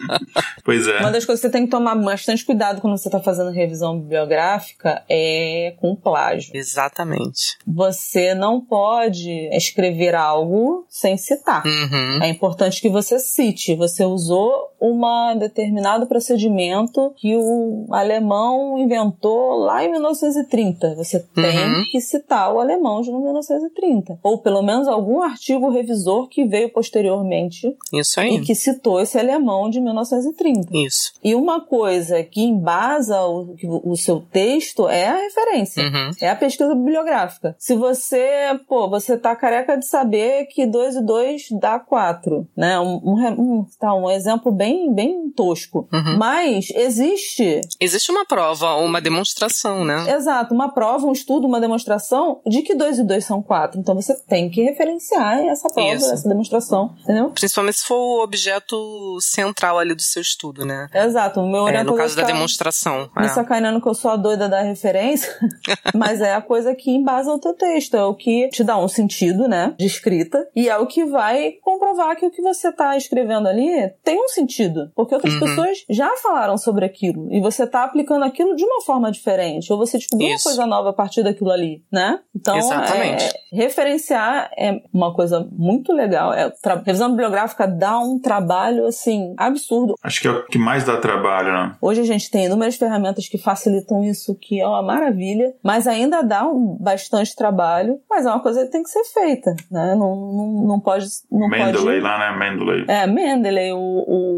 Pois é. Uma das coisas que você tem que tomar bastante cuidado quando você está fazendo revisão bibliográfica é com plágio. Exatamente. Você não pode escrever algo sem citar. Uhum. É importante que você cite. Você usou um determinado procedimento que o alemão inventou lá em mil novecentos e trinta. Você tem Uhum. que citar o alemão de mil novecentos e trinta. Ou pelo menos algum artigo revisor que veio posteriormente Isso aí. e que citou esse alemão de mil novecentos e trinta. Isso. E uma coisa que embasa o, o seu texto é a referência. Uhum. É a pesquisa bibliográfica. Se você, pô, você tá careca de saber que dois e dois dá quatro, né? Um, um, um, tá, um exemplo bem, bem tosco. Uhum. Mas existe... Existe uma prova, uma demonstração, né? Exato, uma prova, um estudo, uma demonstração de que dois e dois são quatro. Então você tem que referenciar essa prova, Isso. essa demonstração, entendeu? Principalmente se for o objeto central ali do seu estudo, né? Exato, o meu É, orientador no caso da fica demonstração. me É. sacaneando que eu sou a doida da referência, mas é a coisa que embasa o teu texto, é o que te dá um sentido, né, de escrita, e é o que vai comprovar que o que você tá escrevendo ali tem um sentido, porque outras Uhum. pessoas já falaram sobre aquilo, e você tá aplicando aquilo de uma forma diferente, ou você descobriu Isso. uma coisa nova a partir daquilo ali, né? Então, Exatamente. é, referenciar é uma coisa muito legal. É, tra- revisão bibliográfica dá um trabalho, assim, absurdo. Acho que é o que mais dá trabalho, né? Hoje a gente tem inúmeras ferramentas que facilitam isso, que é uma maravilha, mas ainda dá um bastante trabalho, mas é uma coisa que tem que ser feita, né? Não, não, não pode... Não Mendeley pode... lá, né? Mendeley. É, Mendeley o,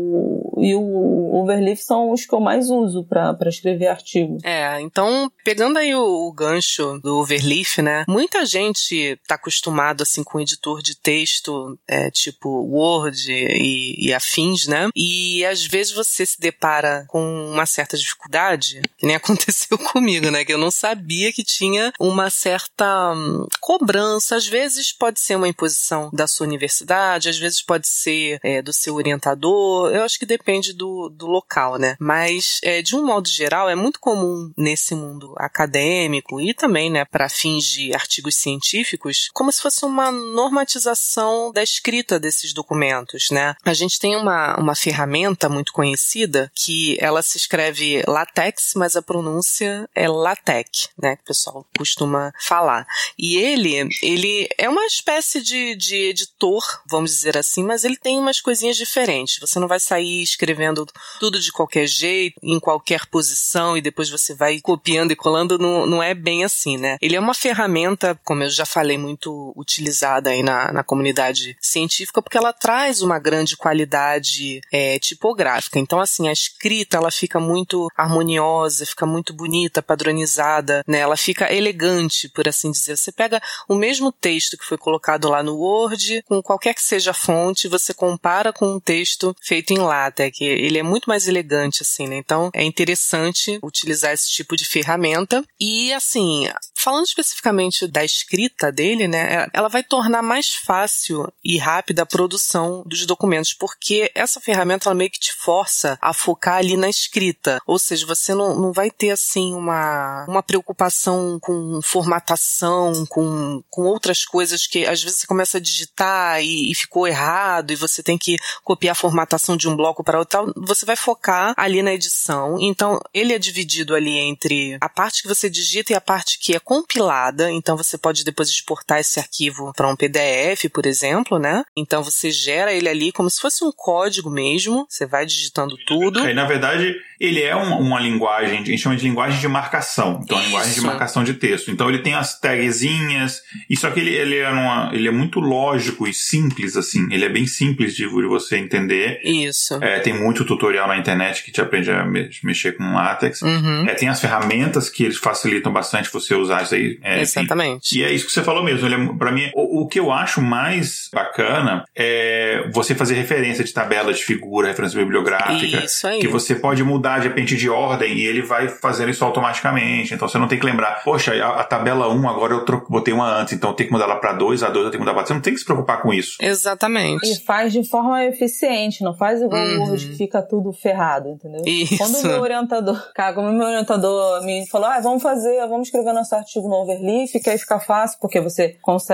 o, e o Overleaf são os que eu mais uso para escrever artigo. É, então, pegando aí o, o gancho do Overleaf, né? Muita gente tá acostumado, assim, com editor de texto, é, tipo Word e, e afins, né? E às vezes você se depara com uma certa dificuldade, que nem aconteceu comigo, né? Que eu não sabia que tinha uma certa hum, cobrança. Às vezes pode ser uma imposição da sua universidade, às vezes pode ser é, do seu orientador. Eu acho que depende do, do local, né? Mas, é, de um modo geral, é muito comum nesse mundo acadêmico e também, né, para fins de artigos científicos, como se fosse uma normatização da escrita desses documentos, né? A gente tem uma, uma ferramenta muito conhecida que ela se escreve LaTeX, mas a pronúncia é LaTeX, né, que o pessoal costuma falar. E ele, ele é uma espécie de, de editor, vamos dizer assim, mas ele tem umas coisinhas diferentes. Você não vai sair escrevendo tudo de qualquer jeito, em qualquer posição, e depois você vai copiando e colando, não, não é bem assim, né? Ele é uma ferramenta, como eu já falei, muito utilizada aí na, na comunidade científica, porque ela traz uma grande qualidade é, tipográfica. Então, assim, a escrita, ela fica muito harmoniosa, fica muito bonita, padronizada, né? Ela fica elegante, por assim dizer. Você pega o mesmo texto que foi colocado lá no Word, com qualquer que seja a fonte, você compara com um texto feito em LaTeX. Ele é muito mais elegante, assim, né? Então, é interessante utilizar esse tipo de ferramenta. E, assim, falando especificamente da escrita dele, né? Ela vai tornar mais fácil e rápida a produção dos documentos, porque essa ferramenta, ela meio que te força a focar ali na escrita. Ou seja, você não, não vai ter, assim, uma, uma preocupação com formatação, com, com outras coisas que, às vezes, você começa a digitar e, e ficou errado, e você tem que copiar a formatação de um bloco para outro. Você vai focar ali na edição. Então, ele é dividido ali entre a parte que você digita e a parte que é compilada. Então, você pode depois exportar esse arquivo para um P D F, por exemplo, né? Então, você gera ele ali como se fosse um código mesmo. Você vai digitando tudo. Aí, na verdade, ele é uma, uma linguagem, a gente chama de linguagem de marcação. Então, é uma linguagem de marcação de texto. Então, ele tem as tagzinhas, e só que ele, ele, é uma, ele é muito lógico e simples, assim. Ele é bem simples de, de você entender. Isso. É, tem muito tutorial na internet que te aprende a me- mexer com LaTeX. Uhum. É, tem as ferramentas que eles facilitam bastante você usar isso aí. É, Exatamente. E, e é isso que você falou mesmo. Ele é, pra mim, o, o que eu acho mais bacana é você fazer referência de tabela de figura, referência bibliográfica. Isso aí. Que você pode mudar de repente de ordem e ele vai fazendo isso automaticamente. Então você não tem que lembrar, poxa, a, a tabela um agora eu tro- botei uma antes, então eu tenho que mudar ela pra dois, a dois eu tenho que mudar pra... Você não tem que se preocupar com isso. Exatamente. E faz de forma eficiente, não faz igual Uhum. o Word que fica tudo ferrado, entendeu? Isso. Quando o meu orientador, cara, como o meu orientador me falou, ah, vamos fazer, vamos escrever nosso artigo no Overleaf, que aí fica fácil, porque você consegue editar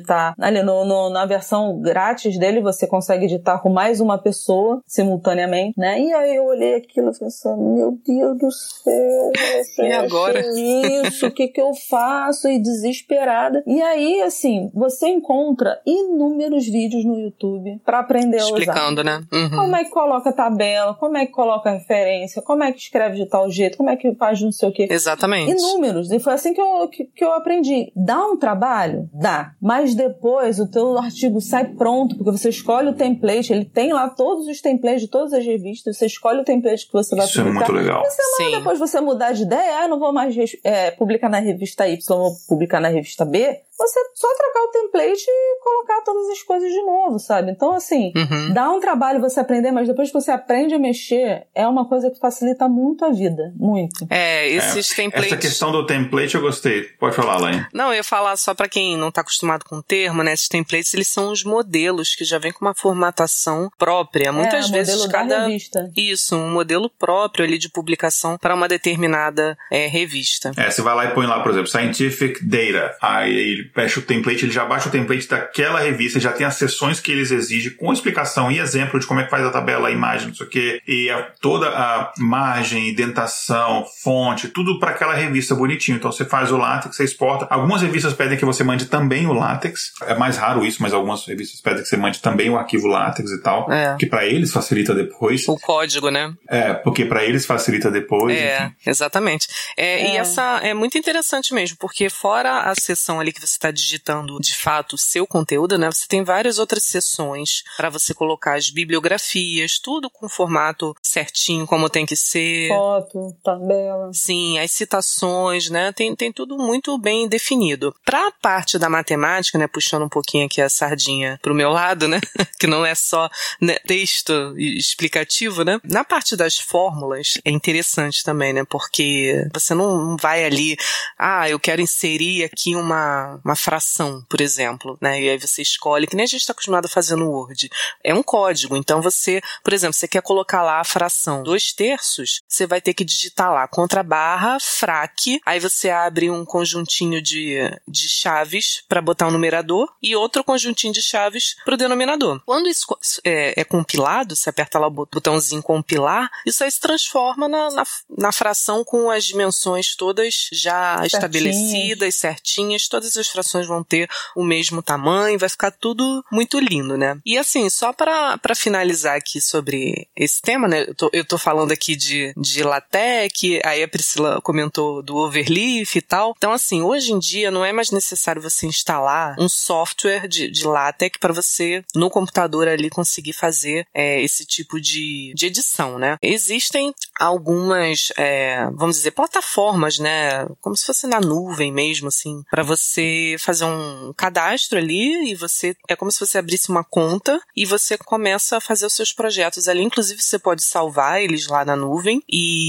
editar. Ali no, no, na versão grátis dele, você consegue editar com mais uma pessoa simultaneamente, né? E aí eu olhei aquilo e falei assim, meu Deus do céu, e agora? Isso, o que que eu faço? E desesperada. E aí, assim, você encontra inúmeros vídeos no YouTube pra aprender a usar. Explicando, né? Uhum. Como é que coloca tabela, como é que coloca referência, como é que escreve de tal jeito, como é que faz não sei o quê. Exatamente. Inúmeros. E foi assim que eu, que, que eu aprendi. Dá um trabalho? Dá. Mas depois o teu artigo sai pronto, porque você escolhe o template, ele tem lá todos os templates de todas as revistas, você escolhe o template que você vai Isso publicar. Isso é muito legal. E semana Sim. depois você mudar de ideia, ah, não vou mais é, publicar na revista Y, vou publicar na revista B, você só trocar o template e colocar todas as coisas de novo, sabe? Então, assim, uhum. dá um trabalho você aprender, mas depois que você aprende a mexer, é uma coisa que facilita muito a vida. Muito. É, esses é, templates... Essa questão do template eu gostei. Pode falar, Laine. Não, eu ia falar só pra quem não tá acostumado com o termo, né? Esses templates, eles são os modelos que já vem com uma formatação própria. Muitas é, vezes modelo cada... da revista. Isso, um modelo próprio ali de publicação para uma determinada é, revista. É, você vai lá e põe lá, por exemplo, Scientific Data. Aí ele fecha o template, ele já baixa o template daquela revista, já tem as seções que eles exigem, com explicação e exemplo de como é que faz a tabela, a imagem, não sei o quê, e a, toda a margem, indentação, fonte, tudo para aquela revista bonitinho. Então você faz o látex, você exporta. Algumas revistas pedem que você mande também o látex. É mais raro isso, mas algumas revistas pedem que você mande também o arquivo látex e tal, é. que para eles facilita depois. O código, né? É, porque para eles facilita depois. É, enfim. Exatamente. É, é. E essa é muito interessante mesmo, porque fora a seção ali que você está digitando de fato o seu conteúdo, né? Você tem várias outras seções para você colocar as bibliografias, tudo com formato certinho, como tem que ser. Foto, tabela. Sim, as citações, né? Tem, tem tudo muito bem definido. Para a parte da matemática, né? Puxando um pouquinho aqui a sardinha pro meu lado, né? Que não é só né, texto explicativo, né? Na parte das fórmulas é interessante também, né? Porque você não vai ali, ah, eu quero inserir aqui uma, uma fração, por exemplo, né? E aí você escolhe, que nem a gente está acostumado a fazer no Word. É um código, então você, por exemplo, você quer colocar lá a fração dois terços, você vai ter que digitar lá contra barra, frac, aí você abre um conjuntinho de, de chaves para botar um numerador e outro conjuntinho de chaves para o denominador. Quando isso é, é compilado, você aperta lá o botãozinho compilar, isso aí se transforma na, na, na fração com as dimensões todas já certinhas. Estabelecidas, certinhas, todas as frações vão ter o mesmo tamanho, vai ficar tudo muito lindo, né? E assim, só para para finalizar aqui sobre esse tema, né? Eu tô, eu tô falando aqui de, de LaTeX, aí a Priscila comentou do Overleaf e tal. Então, assim, hoje em dia não é mais necessário você instalar um software de, de LaTeX para você, no computador ali, conseguir fazer é, esse tipo de, de edição, né? Existem algumas, é, vamos dizer, plataformas, né? Como se fosse na nuvem mesmo, assim, para você fazer um cadastro ali e você, é como se você abrisse uma conta e você começa a fazer os seus projetos ali. Inclusive, você pode salvar eles lá na nuvem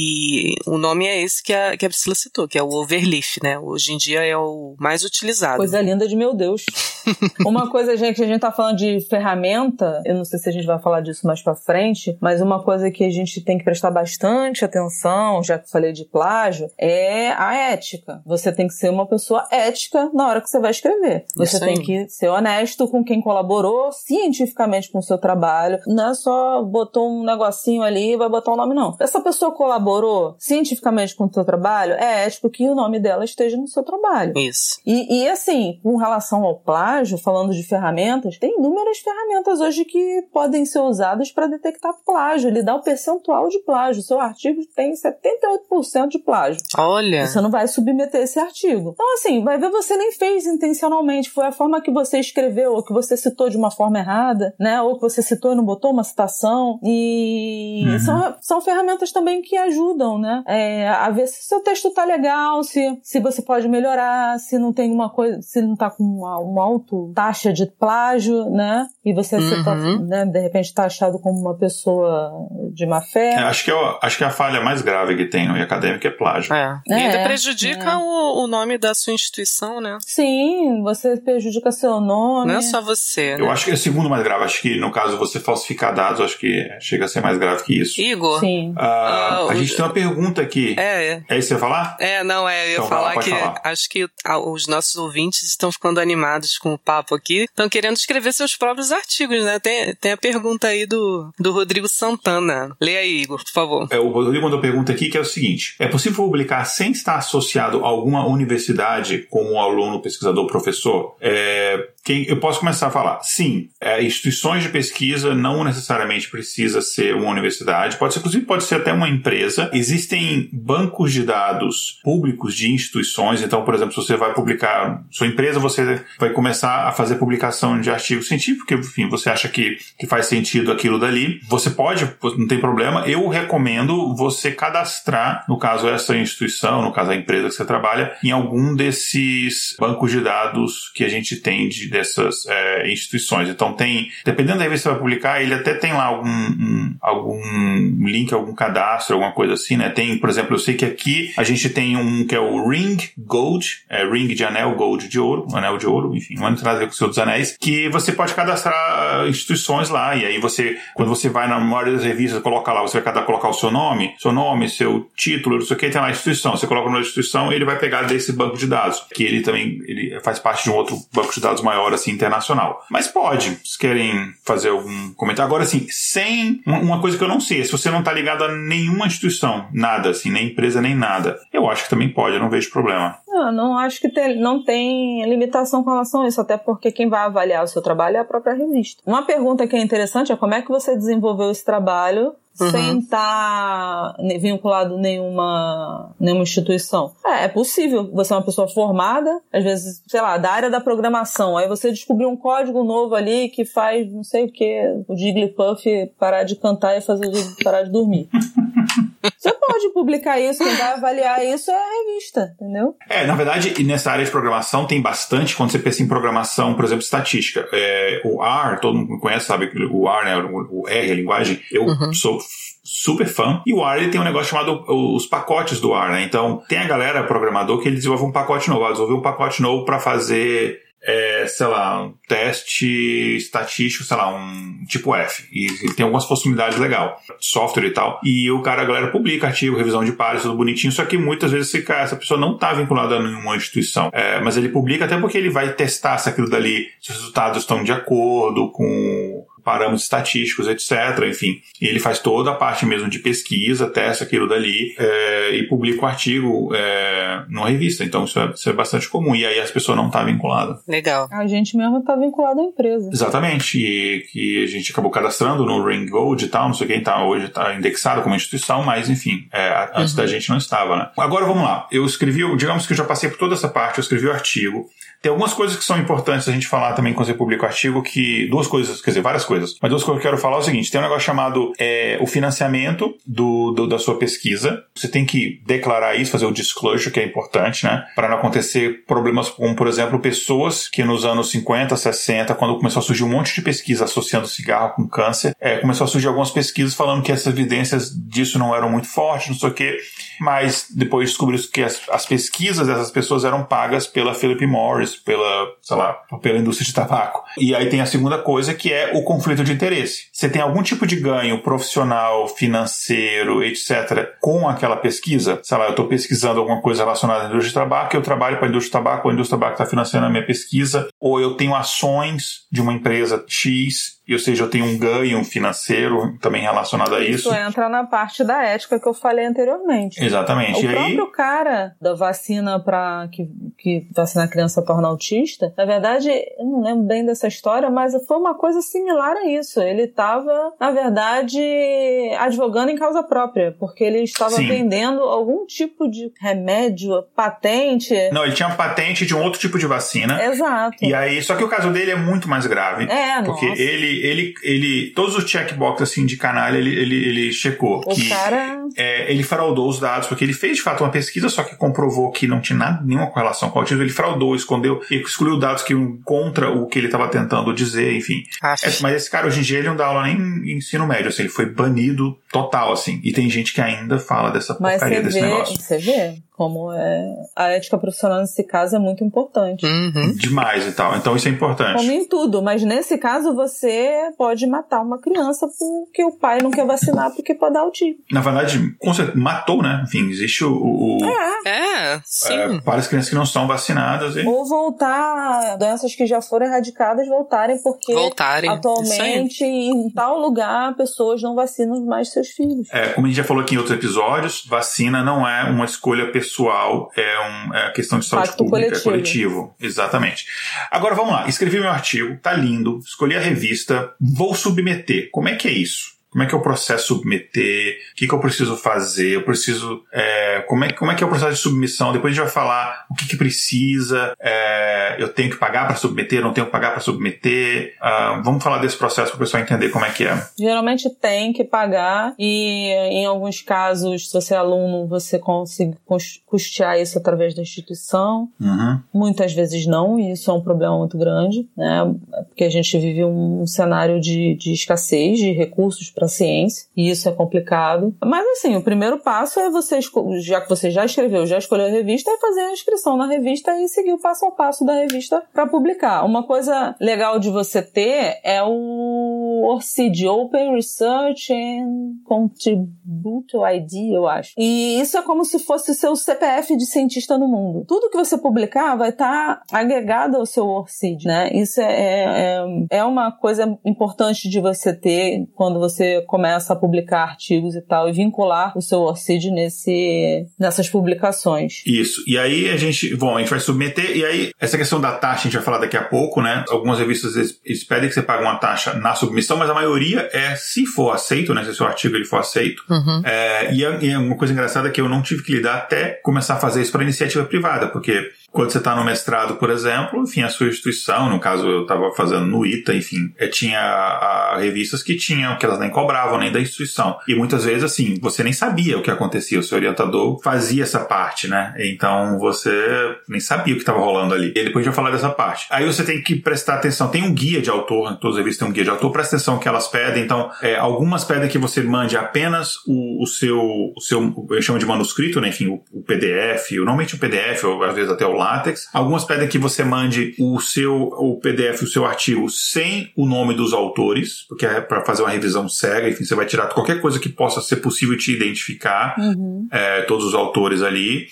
e o nome é esse que a, que a Priscila citou, que é o Overleaf, né? Hoje em dia é o mais utilizado. Coisa linda de meu Deus. Uma coisa, gente, que a gente tá falando de ferramenta, eu não sei se a gente vai falar disso mais pra frente, mas uma coisa que a gente tem que prestar bastante atenção, já que eu falei de plágio, é a ética. Você tem que ser uma pessoa ética na hora que você vai escrever. Você Isso tem aí. que ser honesto com quem colaborou cientificamente com o seu trabalho. Não é só botou um negocinho ali e vai botar o nome, não. Essa pessoa colaborou cientificamente com o seu trabalho, é ético que o nome dela esteja no seu trabalho. Isso. E, e assim, com relação ao plágio, falando de ferramentas, tem inúmeras ferramentas hoje que podem ser usadas para detectar plágio. Ele dá o percentual de plágio. O seu artigo tem setenta e oito por cento de plágio. Olha. Você não vai submeter esse artigo. Então, assim, vai ver, você nem fez intencionalmente. Foi a forma que você escreveu, ou que você citou de uma forma errada, né? Ou que você citou e não botou uma citação. E uhum. são, são ferramentas também que ajudam, né? É, a ver se o seu texto tá legal, se, se você pode melhorar, se não tem uma coisa, se não tá com uma, uma alta taxa de plágio, né? E você, uhum. você tá, né, de repente tá achado como uma pessoa de má fé. É, acho, que é, acho que a falha mais grave que tem no acadêmico é plágio. É. E é, ainda prejudica é. o, o nome da sua instituição, né? Sim, você prejudica seu nome. Não é só você, né? Eu acho que é o segundo mais grave. Acho que, no caso, você falsificar dados, acho que chega a ser mais grave que isso. Igor? Sim. Uh, Ah, a o- gente tem uma pergunta aqui. É, é. É isso que você ia falar? É, não, é, eu ia Então vai lá, falar pode que falar. acho que ah, os nossos ouvintes estão ficando animados animados com o papo aqui, estão querendo escrever seus próprios artigos, né? Tem, tem a pergunta aí do, do Rodrigo Santana. Lê aí, Igor, por favor. É, o Rodrigo mandou pergunta aqui que é o seguinte: é possível publicar sem estar associado a alguma universidade como aluno, pesquisador, professor? É, quem, eu posso começar a falar. Sim, é, instituições de pesquisa não necessariamente precisa ser uma universidade, pode ser, inclusive pode ser até uma empresa. Existem bancos de dados públicos de instituições, então, por exemplo, se você vai publicar sua empresa, você vai começar a fazer publicação de artigo científico, que, enfim, você acha que, que faz sentido aquilo dali, você pode, não tem problema. Eu recomendo você cadastrar, no caso essa instituição, no caso a empresa que você trabalha, em algum desses bancos de dados que a gente tem de, dessas é, instituições. Então tem, dependendo da revista que você vai publicar, ele até tem lá algum, um, algum link, algum cadastro, alguma coisa assim, né? Tem, por exemplo, eu sei que aqui a gente tem um que é o Ring Gold, é Ring de anel, Gold de ouro, anel de ouro, enfim, não tem nada a ver com o Senhor dos Anéis, que você pode cadastrar instituições lá, e aí você, quando você vai na maioria das revistas, coloca lá, você vai colocar o seu nome, seu nome, seu título, não sei o que, tem lá a instituição, você coloca na instituição, ele vai pegar desse banco de dados, que ele também ele faz parte de um outro banco de dados maior, assim, internacional. Mas pode, se querem fazer algum comentário. Agora, assim, sem uma coisa que eu não sei, se você não está ligado a nenhuma instituição, nada, assim, nem empresa, nem nada, eu acho que também pode, eu não vejo problema. Não, não acho que tem, não tem limitação com relação a isso, até porque quem vai avaliar o seu trabalho é a própria revista. Uma pergunta que é interessante é como é que você desenvolveu esse trabalho uhum. sem estar vinculado a nenhuma, nenhuma instituição. É, é possível. Você é uma pessoa formada, às vezes, sei lá, da área da programação, aí você descobriu um código novo ali que faz, não sei o que, o Jigglypuff parar de cantar e fazer o Jigglypuff parar de dormir. Você pode publicar isso, quem vai avaliar isso é a revista, entendeu? É, na verdade, nessa área de programação tem bastante, quando você pensa em programação, por exemplo, estatística. É, o R, todo mundo conhece, sabe, o R, né, o R, a linguagem, eu uhum. sou super fã, e o R ele tem um negócio chamado os pacotes do R, né? Então, tem a galera programador que ele desenvolve um pacote novo, ela desenvolveu um pacote novo para fazer... É, sei lá, um teste estatístico, sei lá, um tipo F. E ele tem algumas possibilidades legais, software e tal. E o cara, a galera publica artigo, revisão de pares, tudo bonitinho, só que muitas vezes esse cara, essa pessoa não está vinculada a nenhuma instituição. É, mas ele publica até porque ele vai testar se aquilo dali, se os resultados estão de acordo com parâmetros estatísticos, etcétera. Enfim, e ele faz toda a parte mesmo de pesquisa, testa aquilo dali é, e publica o artigo é, numa revista. Então isso é, isso é bastante comum. E aí as pessoas não estão vinculadas. Legal. A gente mesmo está vinculado à empresa. Exatamente. E que a gente acabou cadastrando no Ring Gold e tal, não sei quem tá hoje está indexado como instituição, mas enfim, é, antes uhum. da gente não estava, né? Agora vamos lá. Eu escrevi, digamos que eu já passei por toda essa parte, eu escrevi o artigo. Tem algumas coisas que são importantes a gente falar também quando você publica o artigo, que duas coisas, quer dizer, várias coisas, mas duas coisas que eu quero falar é o seguinte: tem um negócio chamado é, o financiamento do, do, da sua pesquisa. Você tem que declarar isso, fazer o disclosure, que é importante, né? Para não acontecer problemas como, por exemplo, pessoas que nos anos cinquenta, sessenta, quando começou a surgir um monte de pesquisa associando cigarro com câncer, é, começou a surgir algumas pesquisas falando que essas evidências disso não eram muito fortes, não sei o quê, mas depois descobriu que as, as pesquisas dessas pessoas eram pagas pela Philip Morris, pela, sei lá, pela indústria de tabaco. E aí tem a segunda coisa, que é o conflito de interesse. Você tem algum tipo de ganho profissional, financeiro, etcétera, com aquela pesquisa? Sei lá, eu estou pesquisando alguma coisa relacionada à indústria de tabaco, eu trabalho para a indústria de tabaco, a indústria de tabaco está financiando a minha pesquisa, ou eu tenho ações de uma empresa X, ou seja, eu tenho um ganho financeiro também relacionado a isso. Isso entra na parte da ética que eu falei anteriormente. Exatamente. O e próprio aí... cara da vacina para que, que vacina a criança torna autista, na verdade, eu não lembro bem dessa história, mas foi uma coisa similar a isso. Ele estava, na verdade, advogando em causa própria, porque ele estava Sim. vendendo algum tipo de remédio, patente. Não, ele tinha uma patente de um outro tipo de vacina. Exato. E aí, só que o caso dele é muito mais grave. É, porque nossa. ele Ele, ele, todos os checkbox assim, de canalha, ele, ele, ele checou. O que, cara... É, ele fraudou os dados, porque ele fez de fato uma pesquisa, só que comprovou que não tinha nada, nenhuma correlação com o autismo. Ele fraudou, escondeu, excluiu dados que iam contra o que ele estava tentando dizer, enfim. É, mas esse cara, hoje em dia, ele não dá aula nem em ensino médio, assim, ele foi banido total, assim. E tem gente que ainda fala dessa porcaria mas desse vê, negócio. Você vê? como é, a ética profissional nesse caso é muito importante. Uhum. Demais e tal. Então isso é importante. Como em tudo, mas nesse caso você pode matar uma criança porque o pai não quer vacinar porque pode dar autismo. Na verdade, matou, né? Enfim, existe o... o é. É, sim. É, para as crianças que não são vacinadas. E... Ou voltar, doenças que já foram erradicadas voltarem porque voltarem. Atualmente em tal lugar pessoas não vacinam mais seus filhos. É, como a gente já falou aqui em outros episódios, vacina não é uma escolha pessoal, é, um, é questão de saúde Pacto pública, coletivo. é coletivo. Exatamente. Agora vamos lá, escrevi meu artigo, tá lindo, escolhi a revista, vou submeter. Como é que é isso? Como é que é o processo de submeter? O que, que eu preciso fazer? Eu preciso... É, como, é, como é que é o processo de submissão? Depois a gente vai falar o que, que precisa. É, eu tenho que pagar para submeter? Não tenho que pagar para submeter? Uh, vamos falar desse processo para o pessoal entender como é que é. Geralmente tem que pagar e em alguns casos, se você é aluno, você consegue custear isso através da instituição. Uhum. Muitas vezes não, e isso é um problema muito grande, né? Porque a gente vive um, um cenário de, de escassez de recursos para a ciência, e isso é complicado. Mas assim, o primeiro passo é você, já que você já escreveu, já escolheu a revista, é fazer a inscrição na revista e seguir o passo a passo da revista para publicar. Uma coisa legal de você ter é o O R C I D, Open Research and Contributor I D, eu acho. E isso é como se fosse o seu C P F de cientista no mundo. Tudo que você publicar vai estar agregado ao seu O R C I D, né? Isso é, é, é uma coisa importante de você ter quando você começa a publicar artigos e tal, e vincular o seu O R C I D nesse, nessas publicações. Isso. E aí a gente, bom, a gente vai submeter, e aí essa questão da taxa a gente vai falar daqui a pouco, né? Algumas revistas eles, eles pedem que você pague uma taxa na submissão, mas a maioria é se for aceito, né? Se o seu artigo ele for aceito. Uhum. É, e, é, e é uma coisa engraçada é que eu não tive que lidar até começar a fazer isso para iniciativa privada, porque quando você está no mestrado, por exemplo, enfim, a sua instituição, no caso eu estava fazendo no I T A, enfim, tinha a, a revistas que tinham, que elas nem cobravam nem da instituição. E muitas vezes, assim, você nem sabia o que acontecia, o seu orientador fazia essa parte, né? Então você nem sabia o que estava rolando ali. E depois a gente vai falar dessa parte. Aí você tem que prestar atenção, tem um guia de autor, todas as revistas têm um guia de autor, presta atenção que elas pedem. Então, é, algumas pedem que você mande apenas o, o seu, o seu, eu chamo de manuscrito, né? Enfim, o, o P D F, normalmente o P D F, ou às vezes até o látex. Algumas pedem que você mande o seu o P D F, o seu artigo, sem o nome dos autores, porque é para fazer uma revisão cega, enfim, você vai tirar qualquer coisa que possa ser possível te identificar, uhum. é, todos os autores ali.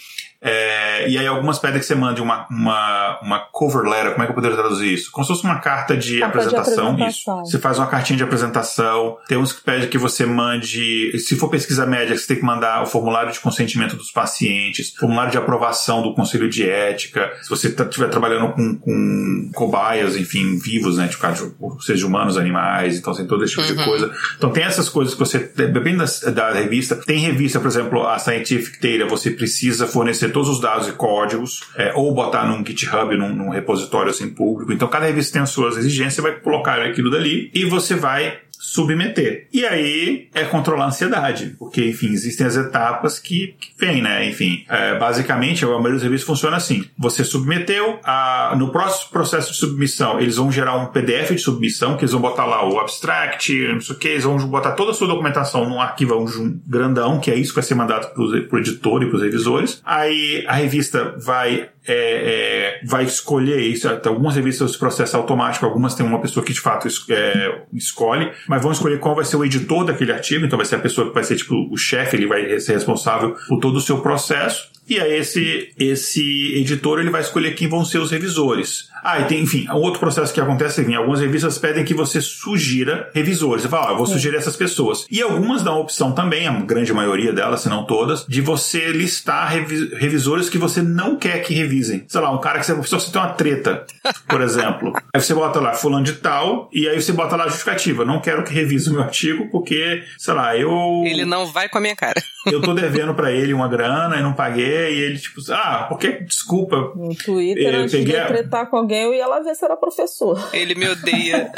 É, e aí algumas pedem que você mande uma, uma, uma cover letter, como é que eu poderia traduzir isso? Como se fosse uma carta de, carta apresentação, de apresentação, isso. Você faz uma cartinha de apresentação, tem uns que pedem que você mande, se for pesquisa médica, você tem que mandar o formulário de consentimento dos pacientes, formulário de aprovação do Conselho de Ética, se você estiver trabalhando com, com cobaias, enfim, vivos, né, tipo, seja humanos, animais, então tem todo esse tipo uhum. de coisa. Então tem essas coisas que você, depende da, da revista, tem revista, por exemplo, a Scientific Data, você precisa fornecer todos os dados e códigos, é, ou botar num GitHub, num, num repositório assim público. Então cada revista tem as suas exigências, você vai colocar aquilo dali e você vai submeter. E aí é controlar a ansiedade, porque, enfim, existem as etapas que, que vêm, né? Enfim, é, basicamente, a maioria dos serviços funciona assim. Você submeteu, a, no próximo processo de submissão, eles vão gerar um P D F de submissão, que eles vão botar lá o abstract, não sei o que, eles vão botar toda a sua documentação num arquivo grandão, que é isso que vai ser mandado para o editor e para os revisores. Aí a revista vai É, é, vai escolher isso. Algumas revistas esse processo é automático, algumas tem uma pessoa que de fato es, é, escolhe, mas vão escolher qual vai ser o editor daquele artigo, então vai ser a pessoa que vai ser tipo o chefe, ele vai ser responsável por todo o seu processo. E aí esse, esse editor ele vai escolher quem vão ser os revisores. Ah, e tem, enfim, outro processo que acontece é que algumas revistas pedem que você sugira revisores. Você fala, ah, eu vou sugerir essas pessoas. E algumas dão a opção também, a grande maioria delas, se não todas, de você listar revi- revisores que você não quer que revisem. Sei lá, um cara que você, se você tem uma treta, por exemplo. Aí você bota lá, fulano de tal, e aí você bota lá a justificativa. Não quero que revise o meu artigo porque, sei lá, eu... Ele não vai com a minha cara. Eu tô devendo pra ele uma grana e não paguei, e ele tipo, ah, porque, desculpa. No Twitter, eu antes peguei de a... tretar com alguém, eu ia lá ver se era professor. Ele me odeia.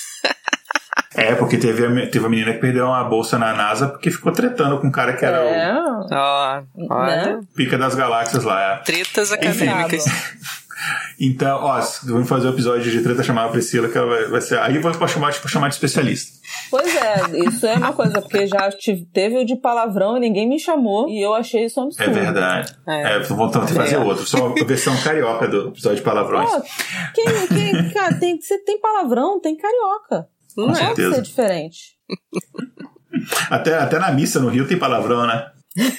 É, porque teve a, teve a menina que perdeu uma bolsa na NASA porque ficou tretando com um cara que era é. o... Ó, olha. Né? Pica das galáxias lá. É. Tretas acadêmicas. Então, ó, vamos fazer um episódio de treta, chamar a Priscila, que ela vai, vai ser... Aí eu vou chamar, tipo, chamar de especialista. Pois é, isso é uma coisa, porque já tive, teve o de palavrão e ninguém me chamou, e eu achei isso um absurdo. É verdade. É, é vou voltar a fazer é. outro, só a versão carioca do episódio de palavrões. Pô, quem, quem, cara, tem, você tem palavrão, tem carioca. Com não certeza. Pode ser diferente. Até, até na missa no Rio tem palavrão, né?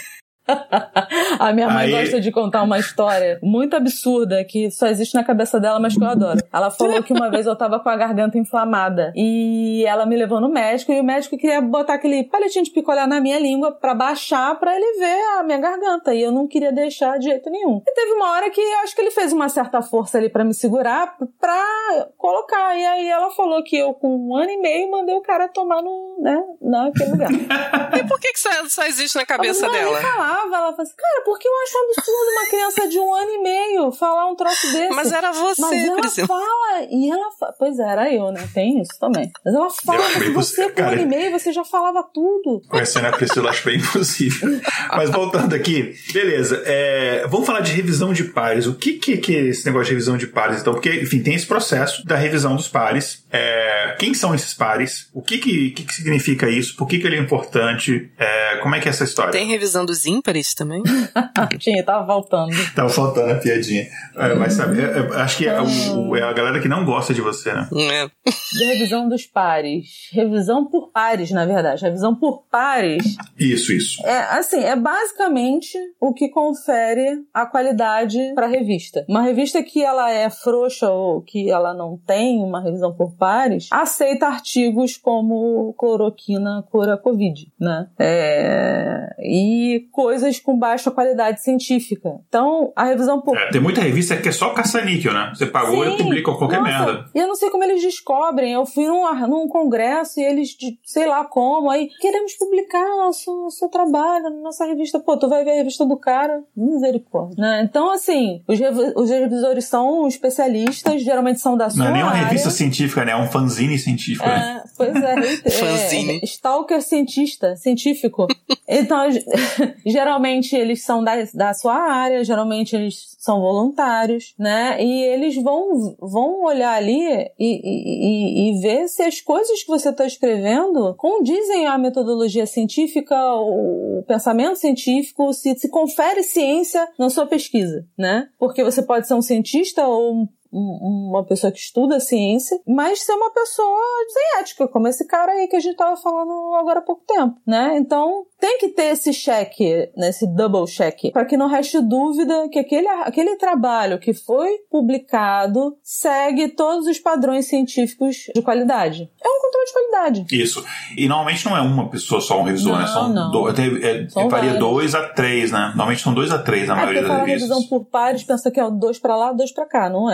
A minha mãe Aí... gosta de contar uma história muito absurda que só existe na cabeça dela, mas que eu adoro. Ela falou que uma vez eu tava com a garganta inflamada e ela me levou no médico e o médico queria botar aquele palitinho de picolé na minha língua pra baixar, pra ele ver a minha garganta, e eu não queria deixar de jeito nenhum. E teve uma hora que eu acho que ele fez uma certa força ali pra me segurar, pra colocar, e aí ela falou que eu com um ano e meio mandei o cara tomar no, né, naquele lugar. E por que que só, só existe na cabeça ela dela? Falava, ela falava assim, cara, porque eu acho um absurdo uma criança de um ano e meio falar um troço desse. Mas era você, Mas ela Priscila. fala, e ela fala, pois é, era eu, né, tem isso também. Mas ela fala que você com um ano e meio, você já falava tudo. Conhecendo a Priscila, acho bem impossível. Mas voltando aqui, beleza, é, vamos falar de revisão de pares. O que, que, que é esse negócio de revisão de pares, então? Porque, enfim, tem esse processo da revisão dos pares. É, quem são esses pares? O que que, que, que significa isso? Por que que ele é importante? É, como é que é essa história? Tem revisão dos ímpares também? Tinha, tava faltando. Tava faltando a piadinha. É, mas sabe, é, é, acho que é, o, é a galera que não gosta de você, né? É. De revisão dos pares. Revisão por pares, na verdade. Revisão por pares. Isso, isso. É, assim, é basicamente o que confere a qualidade pra revista. Uma revista que ela é frouxa ou que ela não tem uma revisão por pares, aceita artigos como cloroquina cura Covid, né? É, e coisas com baixa qualidade científica. Então, a revisão por... É, tem muita revista que é só caça-níquel, né? Você pagou Sim. e publica qualquer Nossa, merda. E eu não sei como eles descobrem. Eu fui num, num congresso e eles, sei lá como, aí queremos publicar nosso, nosso trabalho, nossa revista. Pô, tu vai ver a revista do cara? Misericórdia. Né? Então, assim, os, rev- os revisores são especialistas, geralmente são da sua área. Não é nem uma área. Revista científica, né? É um fanzine científico, é, né? Pois é. Fanzine. É, stalker cientista, científico. Então, geralmente eles são da, da sua área, geralmente eles são voluntários, né? E eles vão, vão olhar ali e, e, e, e ver se as coisas que você está escrevendo condizem à metodologia científica, o pensamento científico, se, se confere ciência na sua pesquisa, né? Porque você pode ser um cientista ou um uma pessoa que estuda ciência, mas ser uma pessoa sem ética, como esse cara aí que a gente tava falando agora há pouco tempo, né? Então, tem que ter esse check, né, esse double check, para que não reste dúvida que aquele, aquele trabalho que foi publicado segue todos os padrões científicos de qualidade. É um controle de qualidade. Isso. E normalmente não é uma pessoa só, um revisor, não, né? São não. Do, é, são varia vários. dois a três, né? Normalmente são dois a três na é maioria das fala revistas. Revisão por pares, pensa que é dois pra lá, dois pra cá, não é?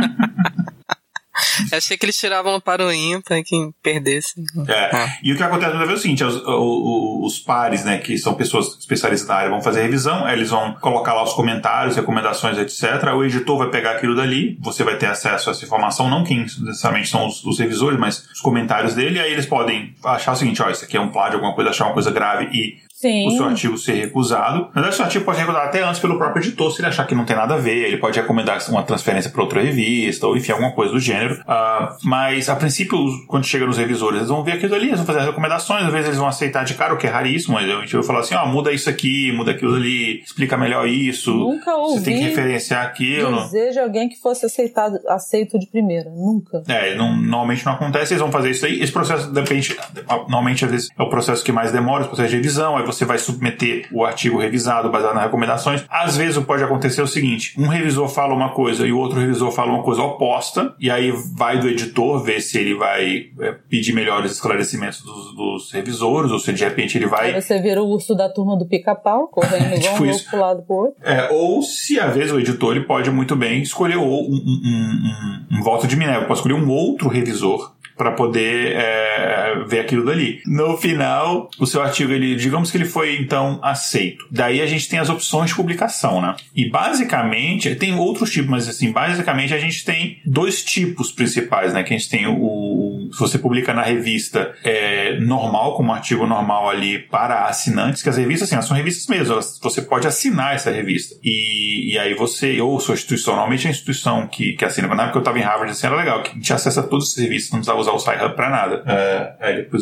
Eu achei que eles tiravam para o ímpar, quem perdesse. É. Ah. E o que acontece é o seguinte, os, os, os pares, né, que são pessoas especialistas na área, vão fazer a revisão, aí eles vão colocar lá os comentários, recomendações, etcétera. O editor vai pegar aquilo dali, você vai ter acesso a essa informação, não quem necessariamente são os, os revisores, mas os comentários dele, aí eles podem achar o seguinte, ó, isso aqui é um plágio, alguma coisa, achar uma coisa grave e Sim. o seu artigo ser recusado. Na verdade, o seu artigo pode ser recusado até antes pelo próprio editor, se ele achar que não tem nada a ver, ele pode recomendar uma transferência para outra revista, ou enfim, alguma coisa do gênero. Uh, mas, a princípio, quando chega nos revisores, eles vão ver aquilo ali, eles vão fazer as recomendações, às vezes eles vão aceitar de cara, o que é raríssimo, mas a gente vai falar assim, ó, oh, muda isso aqui, muda aquilo ali, explica melhor isso. Nunca ouvi você tem que referenciar aquilo. dizer de alguém que fosse aceitado, aceito de primeira. Nunca. É, não, normalmente não acontece, eles vão fazer isso aí. Esse processo depende, normalmente, às vezes, é o processo que mais demora, o processo de revisão, aí você vai submeter o artigo revisado baseado nas recomendações. Às vezes pode acontecer o seguinte, um revisor fala uma coisa e o outro revisor fala uma coisa oposta, e aí vai do editor ver se ele vai é, pedir melhores esclarecimentos dos, dos revisores, ou se de repente ele vai... Aí você vira o urso da turma do pica-pau, correndo igual tipo um louco pro lado pro outro. É, ou se às vezes o editor ele pode muito bem escolher um, um, um, um, um voto de Minerva, pode escolher um outro revisor para poder é, ver aquilo dali. No final, o seu artigo, ele, digamos que ele foi, então, aceito. Daí a gente tem as opções de publicação, né? E, basicamente, tem outros tipos, mas, assim, basicamente a gente tem dois tipos principais, né? Que a gente tem o, se você publica na revista é, normal, como um artigo normal ali para assinantes, que as revistas, assim, elas são revistas mesmo, elas, você pode assinar essa revista. E, e aí você, ou sua instituição, normalmente a instituição que, que assina, na época que eu estava em Harvard, assim, era legal, que a gente acessa todas as revistas, não precisava usar o Sci-Hub para nada. É, aí depois,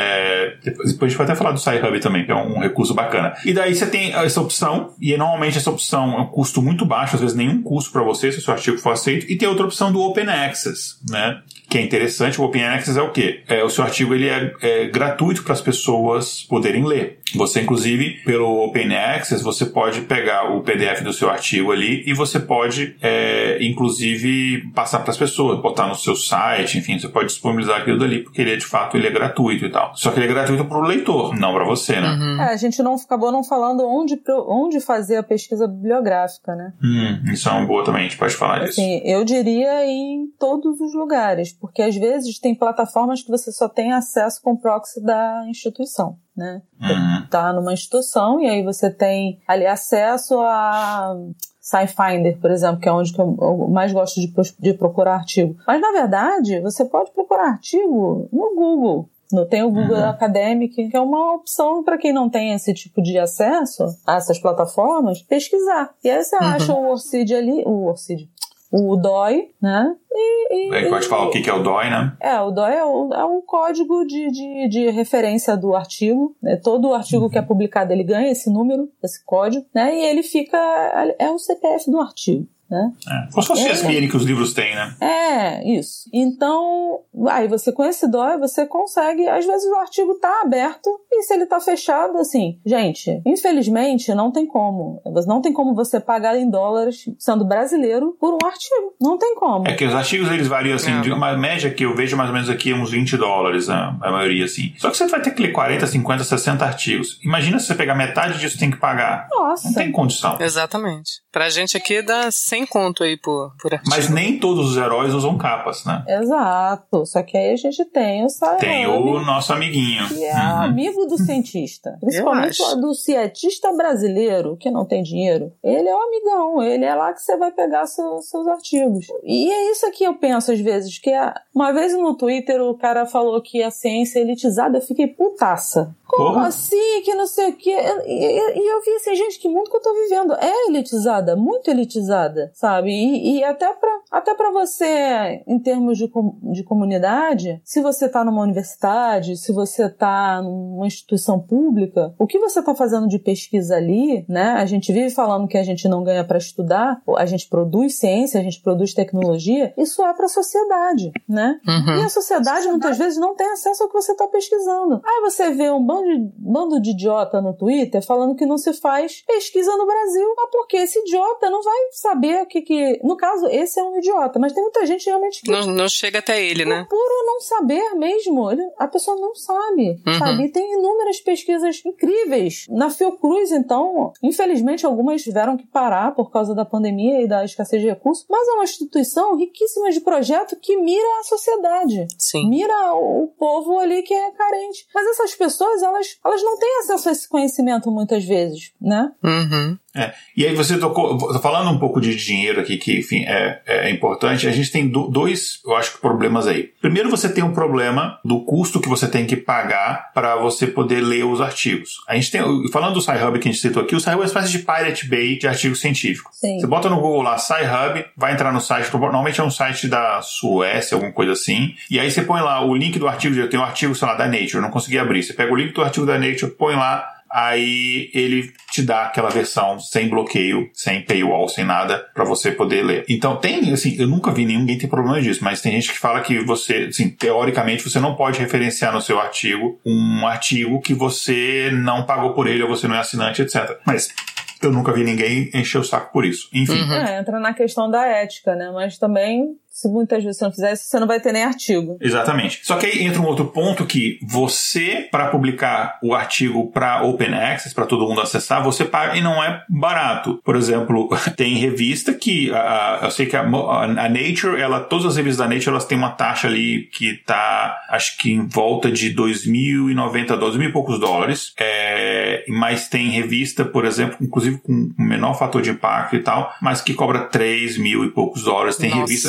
é, depois, depois a gente vai até falar do Sci-Hub também, que é um, um recurso bacana. E daí você tem essa opção, e normalmente essa opção é um custo muito baixo, às vezes nenhum custo para você, se o seu artigo for aceito, e tem outra opção do Open Access, né? Que é interessante. O Open Access é o quê? É, o seu artigo ele é, é gratuito para as pessoas poderem ler. Você, inclusive, pelo Open Access, você pode pegar o P D F do seu artigo ali e você pode, é, inclusive, passar para as pessoas, botar no seu site, enfim, você pode disponibilizar aquilo dali, porque ele é, de fato, ele é gratuito e tal. Só que ele é gratuito para o leitor, não para você, né? Uhum. É, a gente não acabou não falando onde, onde fazer a pesquisa bibliográfica, né? Hum, isso é uma boa também, a gente pode falar disso. Assim, eu diria em todos os lugares, porque às vezes tem plataformas que você só tem acesso com o proxy da instituição, né? Uhum. Tá numa instituição e aí você tem ali acesso a SciFinder, por exemplo, que é onde eu mais gosto de, de procurar artigo. Mas, na verdade, você pode procurar artigo no Google. Tem o Google uhum. Academic, que é uma opção para quem não tem esse tipo de acesso a essas plataformas, pesquisar. E aí você uhum. acha o ORCID ali, o ORCID, o D O I, né? E, e, aí pode e, falar o que é o D O I, né? É, o D O I é o, é o código de, de, de referência do artigo, né? Todo o artigo uhum. que é publicado, ele ganha esse número, esse código, né? E ele fica, é o C P F do artigo. Né? É, como se fosse o I S B N que os livros têm, né? É, isso. Então, aí você com esse D O I, você consegue, às vezes o artigo tá aberto e se ele tá fechado, assim, gente, infelizmente não tem como. Não tem como você pagar em dólares, sendo brasileiro, por um artigo. Não tem como. É que os artigos, eles variam, assim, é. de uma média que eu vejo mais ou menos aqui uns vinte dólares, né? A maioria, assim. Só que você vai ter que ler quarenta, cinquenta, sessenta artigos. Imagina se você pegar metade disso, tem que pagar. Nossa. Não tem condição. Exatamente. Pra gente aqui dá cem conto aí por, por artigo. Mas nem todos os heróis usam capas, né? Exato. Só que aí a gente tem o Sci-Hub, tem o nosso amiguinho. Que é uhum. amigo do cientista. Principalmente do cientista brasileiro, que não tem dinheiro. Ele é o amigão. Ele é lá que você vai pegar seu, seus artigos. E é isso que eu penso às vezes. Que é, uma vez no Twitter o cara falou que a ciência é elitizada. Eu fiquei putaça. Como Porra. assim? Que não sei o quê. E, e, e eu vi assim, gente, que mundo que eu tô vivendo. É elitizada. Muito elitizada. Sabe? E, e até pra, até pra você, em termos de, de comunidade, se você tá numa universidade, se você tá numa instituição pública, o que você tá fazendo de pesquisa ali, né? A gente vive falando que a gente não ganha pra estudar, a gente produz ciência, a gente produz tecnologia, isso é pra sociedade, né? Uhum. E a sociedade, muitas vezes, não tem acesso ao que você tá pesquisando. Aí você vê um bando de, bando de idiota no Twitter falando que não se faz pesquisa no Brasil. Ah, porque esse idiota não vai saber o que que... No caso, esse é um idiota, mas tem muita gente realmente que... Não, não chega até ele, né? Puro não saber mesmo. Ele, a pessoa não sabe, uhum. sabe? E tem inúmeras pesquisas incríveis. Na Fiocruz, então, infelizmente, algumas tiveram que parar por causa da pandemia e da escassez de recursos, mas é uma instituição riquíssima de projeto que mira a sociedade. Sim. Mira o, o povo ali que é carente. Mas essas pessoas, elas, elas não têm acesso a esse conhecimento muitas vezes, né? Uhum. É. E aí você tocou, falando um pouco de dinheiro aqui, que enfim é, é importante, a gente tem do, dois, eu acho, problemas aí. Primeiro, você tem um problema do custo que você tem que pagar para você poder ler os artigos. A gente tem, falando do Sci-Hub que a gente citou aqui, o Sci-Hub é uma espécie de Pirate Bay de artigo científico. Sim. Você bota no Google lá Sci-Hub, vai entrar no site, normalmente é um site da Suécia, alguma coisa assim, e aí você põe lá o link do artigo, eu tenho um artigo, sei lá, da Nature, eu não consegui abrir, você pega o link do artigo da Nature, põe lá, aí ele te dá aquela versão sem bloqueio, sem paywall, sem nada, pra você poder ler. Então tem, assim, eu nunca vi ninguém ter problema disso, mas tem gente que fala que você, assim, teoricamente você não pode referenciar no seu artigo um artigo que você não pagou por ele ou você não é assinante, etcétera. Mas eu nunca vi ninguém encher o saco por isso. Enfim. Uhum. É, entra na questão da ética, né? Mas também, se muitas vezes você não fizer isso, você não vai ter nem artigo. Exatamente. Só que aí entra um outro ponto que você, para publicar o artigo para Open Access, para todo mundo acessar, você paga e não é barato. Por exemplo, tem revista que, a, a, eu sei que a, a Nature, ela, todas as revistas da Nature, elas têm uma taxa ali que tá, acho que em volta de dois mil e noventa, dois mil e poucos dólares. É, mas tem revista, por exemplo, inclusive com menor fator de impacto e tal, mas que cobra três mil e poucos dólares. Tem Nossa. revista, tem um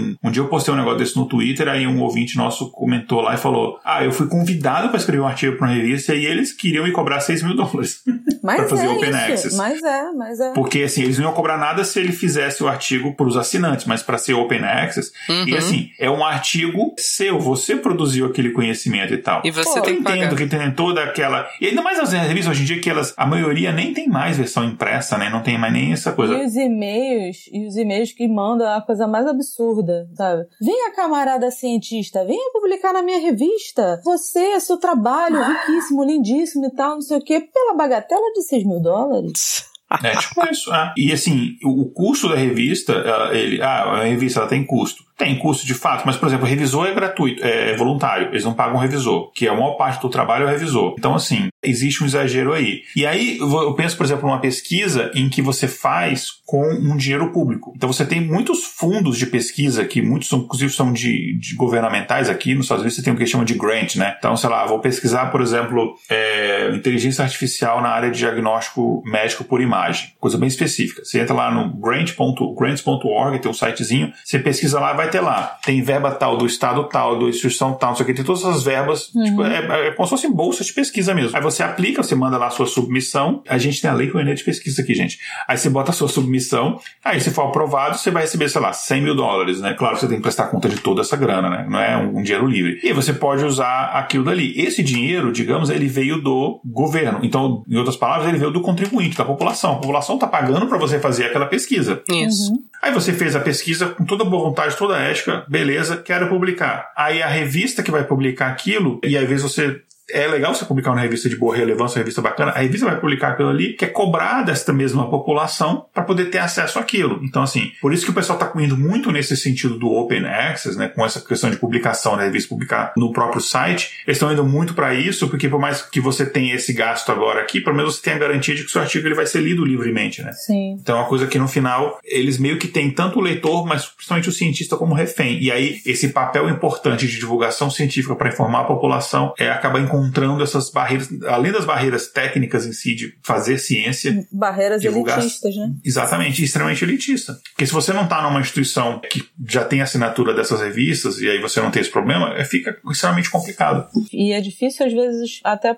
um, um dia eu postei um negócio desse no Twitter, aí um ouvinte nosso comentou lá e falou, ah, eu fui convidado para escrever um artigo para uma revista e eles queriam me cobrar seis mil dólares para fazer é Open isso. Access. Mas é, mas é. Porque, assim, eles não iam cobrar nada se ele fizesse o artigo para os assinantes, mas para ser Open Access. Uhum. E, assim, é um artigo seu, você produziu aquele conhecimento e tal. E você Pô, tem eu que entendo pagar. que tem toda aquela... E ainda mais as revistas hoje em dia, que elas, a maioria nem tem mais versão impressa, né? Não tem mais nem essa coisa. E os e-mails, e os e-mails que mandam é a coisa mais absurda, sabe? Venha, camarada cientista, venha publicar na minha revista. Você, seu trabalho riquíssimo, lindíssimo e tal, não sei o quê, pela bagatela de seis mil dólares. É tipo isso. É. E assim, o custo da revista, ele, ah, a revista ela tem custo. Tem custo de fato, mas, por exemplo, o revisor é gratuito, é voluntário, eles não pagam o revisor, que a maior parte do trabalho é o revisor. Então, assim, existe um exagero aí. E aí, eu penso, por exemplo, numa pesquisa em que você faz com um dinheiro público. Então, você tem muitos fundos de pesquisa, que muitos, são, inclusive, são de, de governamentais aqui, nos Estados Unidos você tem o que chama de grant, né? Então, sei lá, vou pesquisar, por exemplo, é, inteligência artificial na área de diagnóstico médico por imagem, coisa bem específica. Você entra lá no grant ponto org, tem um sitezinho, você pesquisa lá, vai ter lá. Tem verba tal do estado tal, da instituição tal, não sei o que, tem todas essas verbas, uhum. tipo, é, é como se fosse bolsa de pesquisa mesmo. Aí você aplica, você manda lá a sua submissão, a gente tem a lei com a de pesquisa aqui, gente. Aí você bota a sua submissão, aí se for aprovado, você vai receber, sei lá, cem mil dólares, né? Claro que você tem que prestar conta de toda essa grana, né? Não é um, um dinheiro livre. E aí você pode usar aquilo dali. Esse dinheiro, digamos, ele veio do governo. Então, em outras palavras, ele veio do contribuinte, da população. A população está pagando para você fazer aquela pesquisa. Isso. Uhum. Aí você fez a pesquisa com toda boa vontade, toda a ética, beleza, quero publicar. Aí a revista que vai publicar aquilo, e às vezes você... É legal você publicar uma revista de boa relevância, uma revista bacana, a revista vai publicar aquilo ali que é cobrar desta mesma população para poder ter acesso àquilo. Então, assim, por isso que o pessoal está indo muito nesse sentido do Open Access, né, com essa questão de publicação da revista publicar no próprio site. Eles estão indo muito para isso, porque por mais que você tenha esse gasto agora aqui, pelo menos você tem a garantia de que o seu artigo ele vai ser lido livremente, né? Sim. Então, é uma coisa que no final, eles meio que têm tanto o leitor, mas principalmente o cientista como refém. E aí, esse papel importante de divulgação científica para informar a população é acabar encontrando encontrando essas barreiras, além das barreiras técnicas em si de fazer ciência. Barreiras divulgar... elitistas, né? Exatamente, extremamente elitista. Porque se você não está numa instituição que já tem assinatura dessas revistas e aí você não tem esse problema, fica extremamente complicado. E é difícil, às vezes, até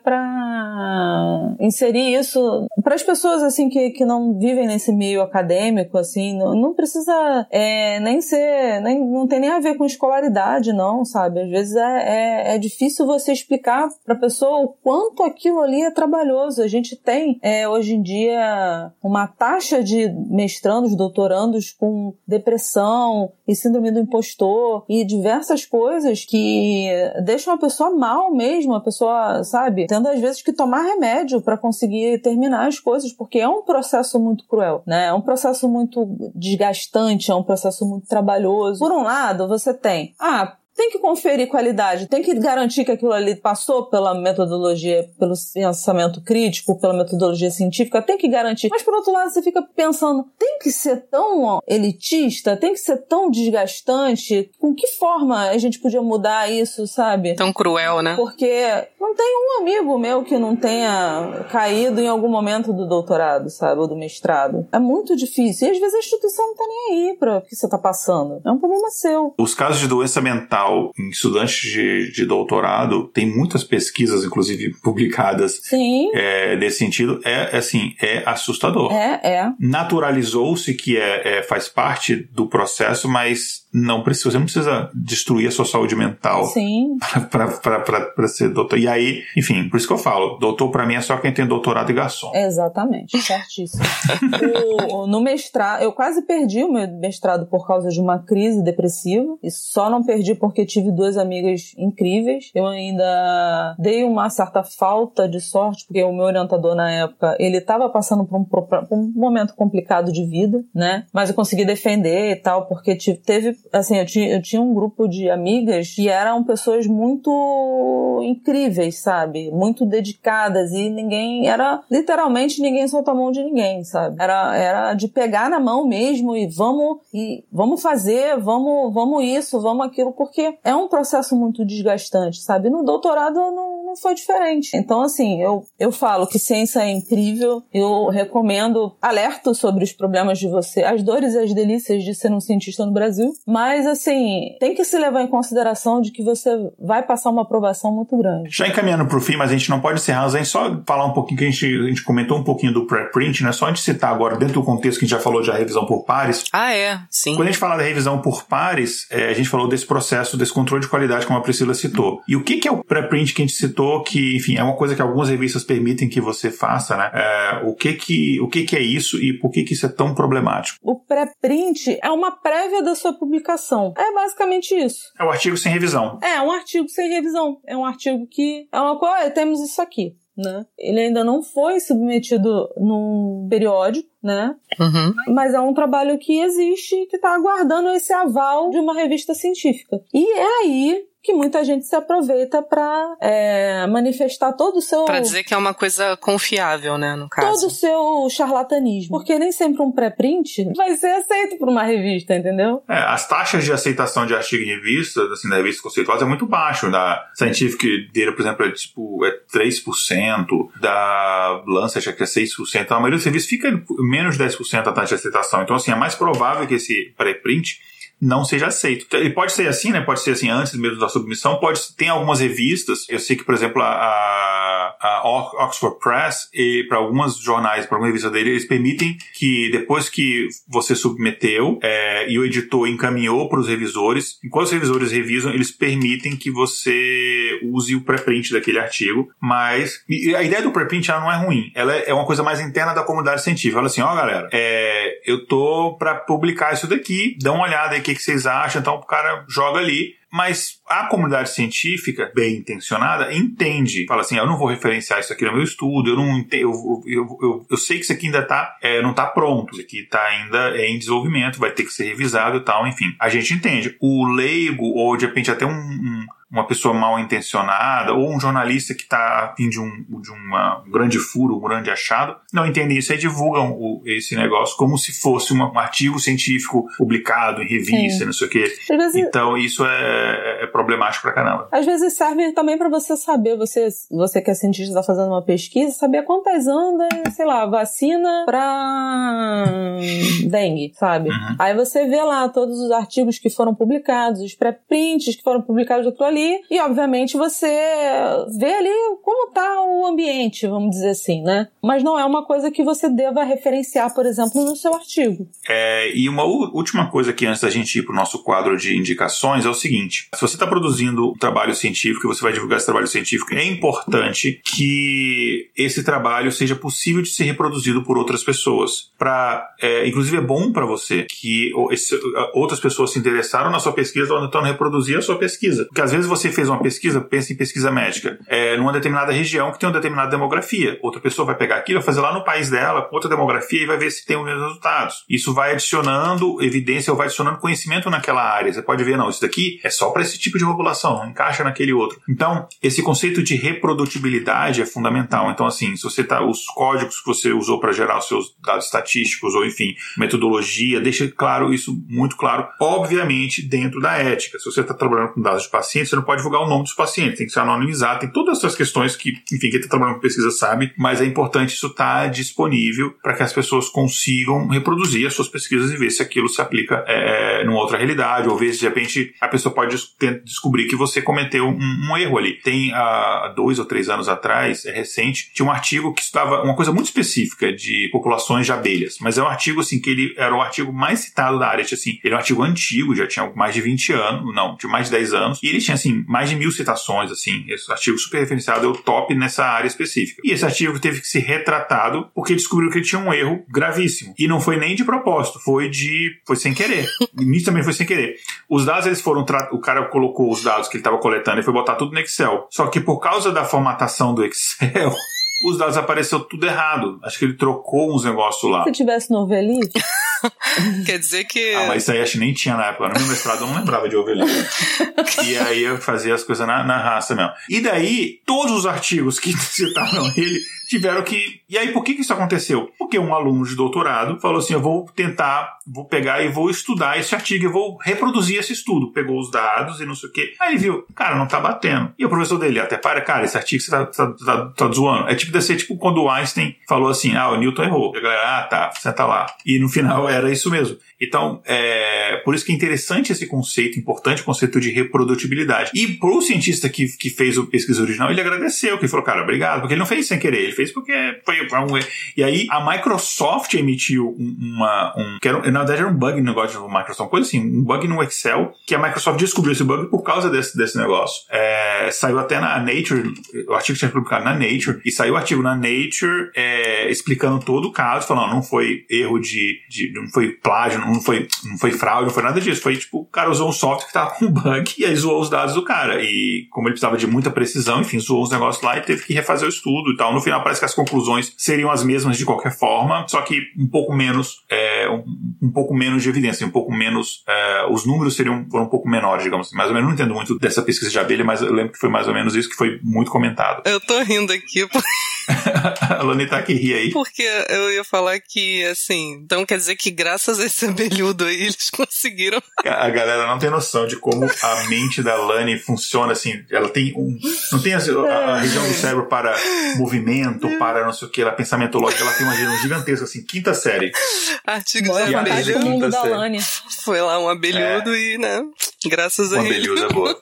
para inserir isso para as pessoas, assim, que, que não vivem nesse meio acadêmico, assim, não, não precisa é, nem ser, nem, não tem nem a ver com escolaridade, não, sabe? Às vezes é, é, é difícil você explicar para a pessoa o quanto aquilo ali é trabalhoso. A gente tem, é, hoje em dia, uma taxa de mestrandos, doutorandos com depressão e síndrome do impostor e diversas coisas que deixam a pessoa mal mesmo, a pessoa, sabe, tendo às vezes que tomar remédio para conseguir terminar as coisas, porque é um processo muito cruel, né? É um processo muito desgastante, é um processo muito trabalhoso. Por um lado, você tem, ah, tem que conferir qualidade, tem que garantir que aquilo ali passou pela metodologia, pelo pensamento crítico, pela metodologia científica, tem que garantir. Mas, por outro lado, você fica pensando, tem que ser tão elitista, tem que ser tão desgastante? Com que forma a gente podia mudar isso, sabe? Tão cruel, né? Porque não tem um amigo meu que não tenha caído em algum momento do doutorado, sabe? Ou do mestrado. É muito difícil. E, às vezes, a instituição não tá nem aí para o que você tá passando. É um problema seu. Os casos de doença mental em estudantes de, de doutorado, tem muitas pesquisas, inclusive, publicadas é, nesse sentido, é assim, é assustador. É, é. Naturalizou-se que é, é, faz parte do processo, mas não precisa, você não precisa destruir a sua saúde mental para ser doutor. E aí, enfim, por isso que eu falo, doutor para mim é só quem tem doutorado e garçom. Exatamente, certíssimo. o, no mestrado, eu quase perdi o meu mestrado por causa de uma crise depressiva, e só não perdi porque tive duas amigas incríveis. Eu ainda dei uma certa falta de sorte, porque o meu orientador na época, ele estava passando por um, por um momento complicado de vida, né? Mas eu consegui defender e tal, porque tive, teve, assim, eu tinha, eu tinha um grupo de amigas que eram pessoas muito incríveis, sabe? Muito dedicadas, e ninguém, era literalmente ninguém solta a mão de ninguém, sabe? Era, era de pegar na mão mesmo e vamos, e vamos fazer, vamos, vamos isso, vamos aquilo, porque é um processo muito desgastante, sabe? No doutorado não, não foi diferente. Então, assim, eu, eu falo que ciência é incrível, eu recomendo, alerto sobre os problemas de você, as dores e as delícias de ser um cientista no Brasil, mas, assim, tem que se levar em consideração de que você vai passar uma aprovação muito grande. Já encaminhando pro fim, mas a gente não pode encerrar, a gente só falar um pouquinho, que a gente, a gente comentou um pouquinho do pré-print, né? Só a gente citar agora, dentro do contexto que a gente já falou de a revisão por pares. Ah, é? Sim. Quando a gente fala da revisão por pares, é, a gente falou desse processo, desse controle de qualidade, como a Priscila citou. E o que, que é o pré-print que a gente citou, que, enfim, é uma coisa que algumas revistas permitem que você faça, né? É, o que que, o que que é isso e por que que isso é tão problemático? O pré-print é uma prévia da sua publicação. É basicamente isso. É o artigo sem revisão. É, um artigo sem revisão. É um artigo que é uma coisa, temos isso aqui, né? Ele ainda não foi submetido num periódico, né? Uhum. Mas é um trabalho que existe e que está aguardando esse aval de uma revista científica. E é aí que muita gente se aproveita para é, manifestar todo o seu... Para dizer que é uma coisa confiável, né, no caso. Todo o seu charlatanismo. Porque nem sempre um pré-print vai ser aceito por uma revista, entendeu? É, as taxas de aceitação de artigo em revista, assim, da revista conceitual, é muito baixo. Da Scientific dele, por exemplo, é, tipo, é três por cento. Da Lancet, acho que é seis por cento. A maioria dos revistas fica menos de dez por cento a taxa de aceitação. Então, assim, é mais provável que esse pré-print não seja aceito. Ele pode ser assim, né? Pode ser assim antes mesmo da submissão. Pode tem algumas revistas. Eu sei que, por exemplo, a, a Oxford Press e para algumas jornais, para alguma revista dele, eles permitem que depois que você submeteu é, e o editor encaminhou para os revisores, enquanto os revisores revisam, eles permitem que você use o pré-print daquele artigo. Mas a ideia do pré-print ela não é ruim. Ela é uma coisa mais interna da comunidade científica. Fala assim, ó, oh, galera, é, eu tô para publicar isso daqui. Dá uma olhada aí o que, que vocês acham, então o cara joga ali. Mas a comunidade científica, bem intencionada, entende. Fala assim, eu não vou referenciar isso aqui no meu estudo, eu não entendo, eu, eu, eu, eu sei que isso aqui ainda tá, é, não está pronto, isso aqui está ainda em desenvolvimento, vai ter que ser revisado e tal, enfim. A gente entende. O leigo, ou de repente até um... um uma pessoa mal intencionada, ou um jornalista que está a fim de, um, de uma, um grande furo, um grande achado, não entendem isso e divulgam o, esse negócio como se fosse uma, um artigo científico publicado em revista, é. não sei o quê. Vezes, então isso é, é problemático pra caramba. Às vezes serve também para você saber, você, você que é cientista está fazendo uma pesquisa, saber quantas anda, sei lá, vacina para dengue, sabe? Uhum. Aí você vê lá todos os artigos que foram publicados, os pré-prints que foram publicados daquilo ali, e obviamente você vê ali como tá o ambiente, vamos dizer assim, né? Mas não é uma coisa que você deva referenciar, por exemplo, no seu artigo. É, e uma u- última coisa aqui antes da gente ir pro nosso quadro de indicações é o seguinte: se você está produzindo um trabalho científico e você vai divulgar esse trabalho científico, é importante que esse trabalho seja possível de ser reproduzido por outras pessoas. Pra, é, inclusive é bom para você que esse, outras pessoas se interessaram na sua pesquisa ou tentando reproduzir a sua pesquisa. Porque às vezes você fez uma pesquisa, pensa em pesquisa médica, é, numa determinada região que tem uma determinada demografia. Outra pessoa vai pegar aquilo, vai fazer lá no país dela, com outra demografia, e vai ver se tem os mesmos resultados. Isso vai adicionando evidência ou vai adicionando conhecimento naquela área. Você pode ver, não, isso daqui é só para esse tipo de população, não encaixa naquele outro. Então, esse conceito de reprodutibilidade é fundamental. Então, assim, se você tá, os códigos que você usou para gerar os seus dados estatísticos, ou enfim, metodologia, deixa claro isso, muito claro, obviamente, dentro da ética. Se você está trabalhando com dados de pacientes, você não pode divulgar o nome dos pacientes, tem que ser anonimizado, tem todas essas questões que, enfim, quem está trabalhando com pesquisa sabe, mas é importante isso estar disponível para que as pessoas consigam reproduzir as suas pesquisas e ver se aquilo se aplica é, numa outra realidade, ou ver se de repente a pessoa pode des- descobrir que você cometeu um, um erro ali. Tem há dois ou três anos atrás, é recente, tinha um artigo que estudava uma coisa muito específica de populações de abelhas, mas é um artigo assim que ele era o artigo mais citado da área, assim, ele é um artigo antigo, já tinha mais de vinte anos, não, tinha mais de dez anos, e ele tinha assim mais de mil citações, assim, esse artigo super referenciado é o top nessa área específica. E esse artigo teve que ser retratado porque descobriu que ele tinha um erro gravíssimo. E não foi nem de propósito, foi de foi sem querer. Isso também foi sem querer. Os dados, eles foram, tra- o cara colocou os dados que ele estava coletando e foi botar tudo no Excel. Só que por causa da formatação do Excel, os dados apareceu tudo errado. Acho que ele trocou uns negócios lá. Se tivesse no Ovelite... Quer dizer que... Ah, mas isso aí acho que nem tinha na época. No meu mestrado eu não lembrava de ovelha. E aí eu fazia as coisas na, na raça mesmo. E daí, todos os artigos que citaram ele tiveram que... E aí, por que que isso aconteceu? Porque um aluno de doutorado falou assim, eu vou tentar, vou pegar e vou estudar esse artigo, eu vou reproduzir esse estudo. Pegou os dados e não sei o quê. Aí ele viu, cara, não tá batendo. E o professor dele, até para, cara, esse artigo você tá, tá, tá, tá zoando. É tipo, deve ser tipo quando o Einstein falou assim, ah, o Newton errou. E a galera, ah, tá, senta lá. E no final era isso mesmo. Então, é, por isso que é interessante esse conceito, importante o conceito de reprodutibilidade. E pro cientista que, que fez a pesquisa original, ele agradeceu, que ele falou, cara, obrigado, porque ele não fez sem querer, ele fez porque foi um... E aí, a Microsoft emitiu uma... Um, que era, na verdade, era um bug no negócio da Microsoft, coisa assim, um bug no Excel, que a Microsoft descobriu esse bug por causa desse, desse negócio. É, saiu até na Nature, o artigo tinha publicado na Nature, e saiu o artigo na Nature é, explicando todo o caso, falando, não, não foi erro de, de... não foi plágio, não foi, não foi fraude, não foi nada disso. Foi tipo, o cara usou um software que tava com bug e aí zoou os dados do cara. E como ele precisava de muita precisão, enfim, zoou os negócios lá e teve que refazer o estudo e tal. No final parece que as conclusões seriam as mesmas de qualquer forma, só que um pouco menos, é, um, um pouco menos de evidência, um pouco menos, é, os números seriam foram um pouco menores, digamos assim. Mais ou menos, não entendo muito dessa pesquisa de abelha, mas eu lembro que foi mais ou menos isso que foi muito comentado. Eu tô rindo aqui porque... A Lani tá que ri aí. Porque eu ia falar que, assim, então quer dizer que graças a esse abelhudo aí, eles conseguiram... A galera não tem noção de como a mente da Lani funciona, assim, ela tem um... Não tem a, a, a região do cérebro para movimento, para não sei o que, ela pensamento lógico, ela tem uma região gigantesca, assim, quinta série. Artigos Olha, de abelha. O mundo da Lani. Foi lá um abelhudo é. e, né, graças uma a ele. Uma abelhuda boa.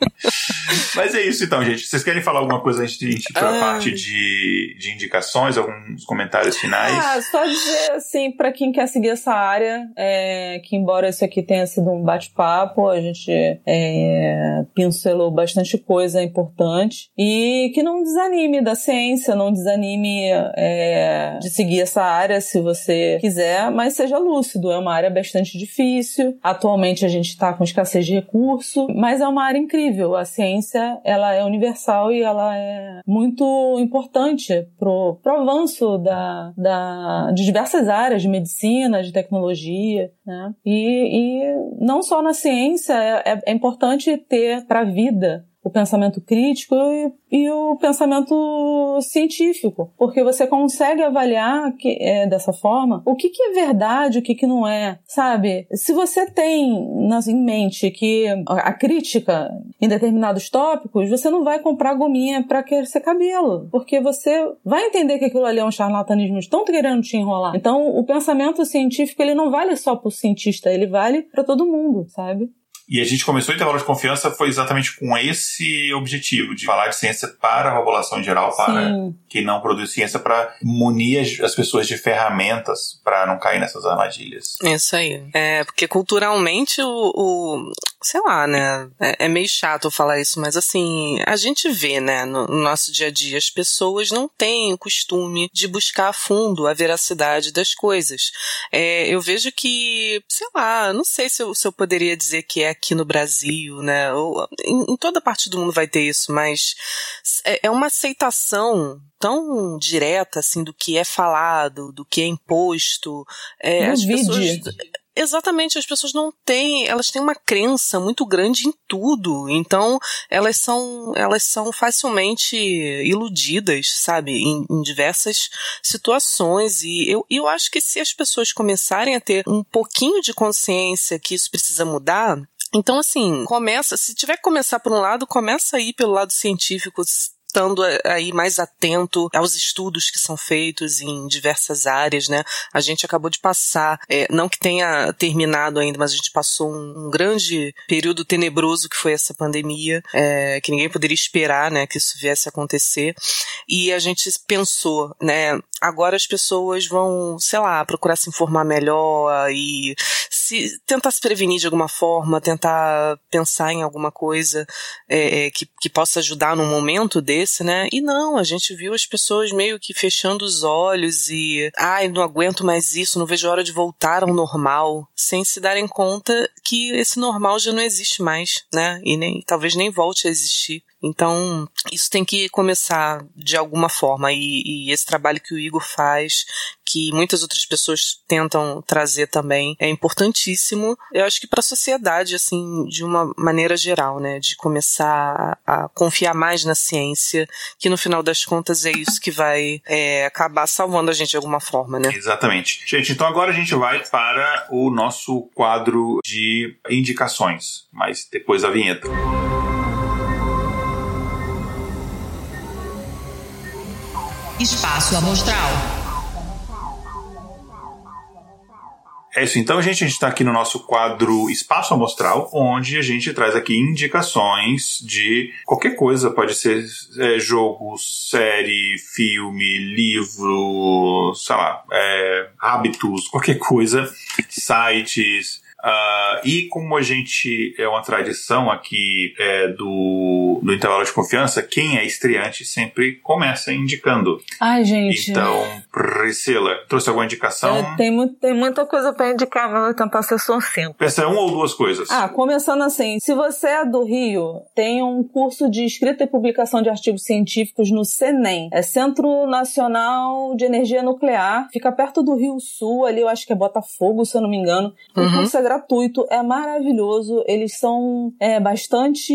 Mas é isso então, gente. Vocês querem falar alguma coisa antes de a gente ir para a parte de, de indicações, alguns comentários finais? Ah, só dizer assim, para quem quer seguir essa área, é, que embora isso aqui tenha sido um bate-papo, a gente é, pincelou bastante coisa importante e que não desanime da ciência, não desanime é, de seguir essa área se você quiser, mas seja lúcido, é uma área bastante difícil. Atualmente a gente está com escassez de recurso, mas é uma área incrível. A ciência, ela é universal e ela é muito importante pro, pro avanço da, da, de diversas áreas, de medicina, de tecnologia, né? E, e não só na ciência, é, é importante ter para a vida o pensamento crítico e, e o pensamento científico, porque você consegue avaliar que, é, dessa forma o que, que é verdade, o que, que não é, sabe? Se você tem nas, em mente que a crítica em determinados tópicos, você não vai comprar gominha para crescer cabelo, porque você vai entender que aquilo ali é um charlatanismo, estão querendo te enrolar. Então, o pensamento científico, ele não vale só para o cientista, ele vale para todo mundo, sabe? E a gente começou o intervalo de confiança foi exatamente com esse objetivo, de falar de ciência para a população em geral, para Sim. quem não produz ciência, para munir as, as pessoas de ferramentas para não cair nessas armadilhas. Isso aí. É, porque culturalmente o, o sei lá, né, é, é meio chato falar isso, mas assim, a gente vê, né, no, no nosso dia a dia, as pessoas não têm o costume de buscar a fundo a veracidade das coisas. É, eu vejo que, sei lá, não sei se eu, se eu poderia dizer que é aqui no Brasil, né? Ou, em, em toda parte do mundo vai ter isso, mas é, é uma aceitação tão direta, assim, do que é falado, do que é imposto. É, as pessoas... Exatamente, as pessoas não têm, elas têm uma crença muito grande em tudo, então elas são, elas são facilmente iludidas, sabe, em, em diversas situações, e eu, eu acho que se as pessoas começarem a ter um pouquinho de consciência que isso precisa mudar, então assim, começa, se tiver que começar por um lado, começa aí pelo lado científico, estando aí mais atento aos estudos que são feitos em diversas áreas, né? A gente acabou de passar, é, não que tenha terminado ainda, mas a gente passou um, um grande período tenebroso que foi essa pandemia, é, que ninguém poderia esperar, né, que isso viesse a acontecer, e a gente pensou, né, agora as pessoas vão, sei lá, procurar se informar melhor e se, tentar se prevenir de alguma forma, tentar pensar em alguma coisa é, que, que possa ajudar num momento desse, né? E não, a gente viu as pessoas meio que fechando os olhos e ai, não aguento mais isso, não vejo a hora de voltar ao normal, sem se darem conta que esse normal já não existe mais, né? E nem, talvez nem volte a existir. Então, isso tem que começar de alguma forma, e, e esse trabalho que o Igor faz, que muitas outras pessoas tentam trazer também, é importantíssimo. Eu acho que para a sociedade, assim, de uma maneira geral, né, de começar a confiar mais na ciência, que no final das contas é isso que vai é, acabar salvando a gente de alguma forma, né? Exatamente. Gente, então agora a gente vai para o nosso quadro de indicações, mas depois da vinheta. Espaço Amostral. É isso então, gente. A gente está aqui no nosso quadro Espaço Amostral, onde a gente traz aqui indicações de qualquer coisa. Pode ser é, jogo, série, filme, livro, sei lá, é, hábitos, qualquer coisa, sites. Uh, e como a gente é uma tradição aqui é, do, do Intervalo de Confiança, quem é estreante sempre começa indicando. Ai, gente. Então, Priscila, trouxe alguma indicação? É, tem, mu- tem muita coisa pra indicar, mas eu vou tentar ser sucinto. Essa é uma ou duas coisas? Ah, começando assim, se você é do Rio, tem um curso de escrita e publicação de artigos científicos no CENEM. É Centro Nacional de Energia Nuclear. Fica perto do Rio Sul, ali eu acho que é Botafogo, se eu não me engano. O Uhum. curso é gratuito, é maravilhoso, eles são é, bastante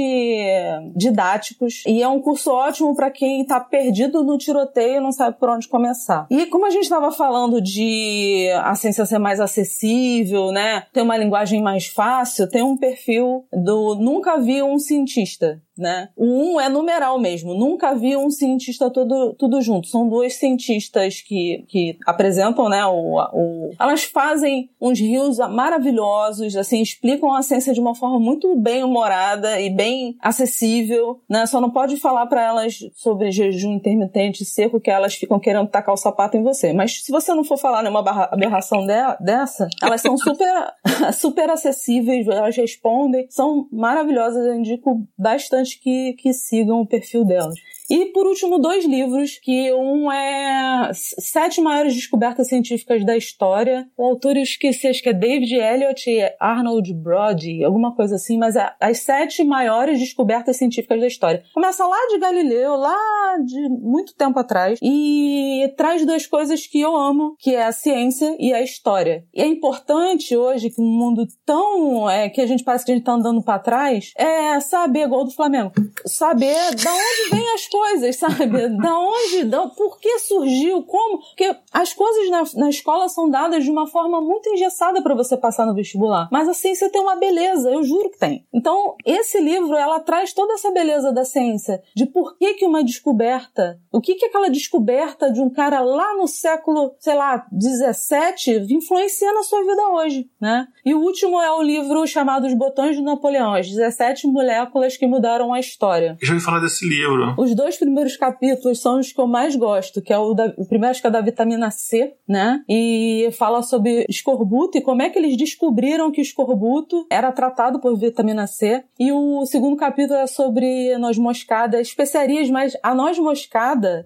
didáticos e é um curso ótimo para quem tá perdido no tiroteio e não sabe por onde começar. E como a gente estava falando de a ciência ser mais acessível, né, ter uma linguagem mais fácil, tem um perfil do Nunca Vi um Cientista, né? O um é numeral mesmo, Nunca Vi um Cientista todo, tudo junto. São duas cientistas que, que apresentam, né, o, o... elas fazem uns rios maravilhosos, assim, explicam a ciência de uma forma muito bem humorada e bem acessível, né? Só não pode falar para elas sobre jejum intermitente seco, que elas ficam querendo tacar o sapato em você. Mas se você não for falar nenhuma barra, aberração de, dessa, elas são super, super acessíveis, elas respondem, são maravilhosas, eu indico bastante que, que sigam o perfil delas. E, por último, dois livros, que um é Sete Maiores Descobertas Científicas da História. O autor eu esqueci, acho que é David Elliott e Arnold Brody, alguma coisa assim, mas é As Sete Maiores Descobertas Científicas da História. Começa lá de Galileu, lá de muito tempo atrás, e traz duas coisas que eu amo, que é a ciência e a história. E é importante hoje, que um mundo tão... É, que a gente parece que a gente tá andando pra trás, é saber, gol do Flamengo, saber da onde vem as coisas. coisas, sabe? Da onde, da, por que surgiu, como? Porque as coisas na, na escola são dadas de uma forma muito engessada para você passar no vestibular. Mas a ciência tem uma beleza, eu juro que tem. Então, esse livro, ela traz toda essa beleza da ciência, de por que que uma descoberta, o que que aquela descoberta de um cara lá no século, sei lá, dezessete, influencia na sua vida hoje, né? E o último é o livro chamado Os Botões de Napoleão, as dezessete moléculas que mudaram a história. Eu já ouvi falar desse livro. Os dois primeiros capítulos são os que eu mais gosto, que é o, da, o primeiro acho que é da vitamina C, né? E fala sobre escorbuto e como é que eles descobriram que o escorbuto era tratado por vitamina C. E o segundo capítulo é sobre noz moscada, especiarias, mas a noz moscada,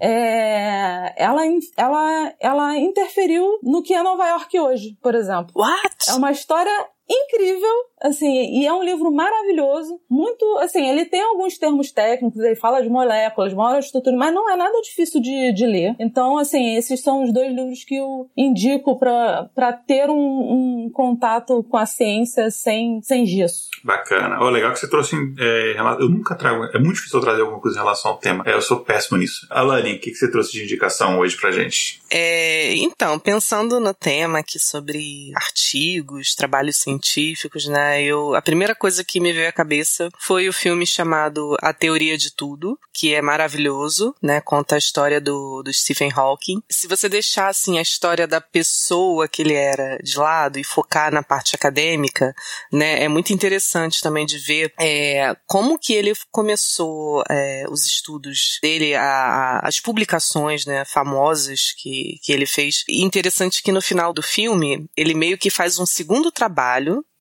é, ela, ela, ela interferiu no que é Nova York hoje, por exemplo. What? É uma história incrível, assim, e é um livro maravilhoso, muito, assim, ele tem alguns termos técnicos, ele fala de moléculas, moléculas, estrutura, mas não é nada difícil de, de ler. Então, assim, esses são os dois livros que eu indico pra, pra ter um, um contato com a ciência sem, sem gesso. Bacana. Oh, legal que você trouxe, é, eu nunca trago, é muito difícil eu trazer alguma coisa em relação ao tema, é, eu sou péssimo nisso. Alane, o que, que você trouxe de indicação hoje pra gente? É, então, pensando no tema aqui sobre artigos, trabalhos científicos, científicos, né? Eu, a primeira coisa que me veio à cabeça foi o filme chamado A Teoria de Tudo, que é maravilhoso, né? Conta a história do, do Stephen Hawking. Se você deixar, assim, a história da pessoa que ele era de lado e focar na parte acadêmica, né? É muito interessante também de ver é, como que ele começou é, os estudos dele, a, a, as publicações, né? Famosas que, que ele fez. E interessante que no final do filme, ele meio que faz um segundo trabalho,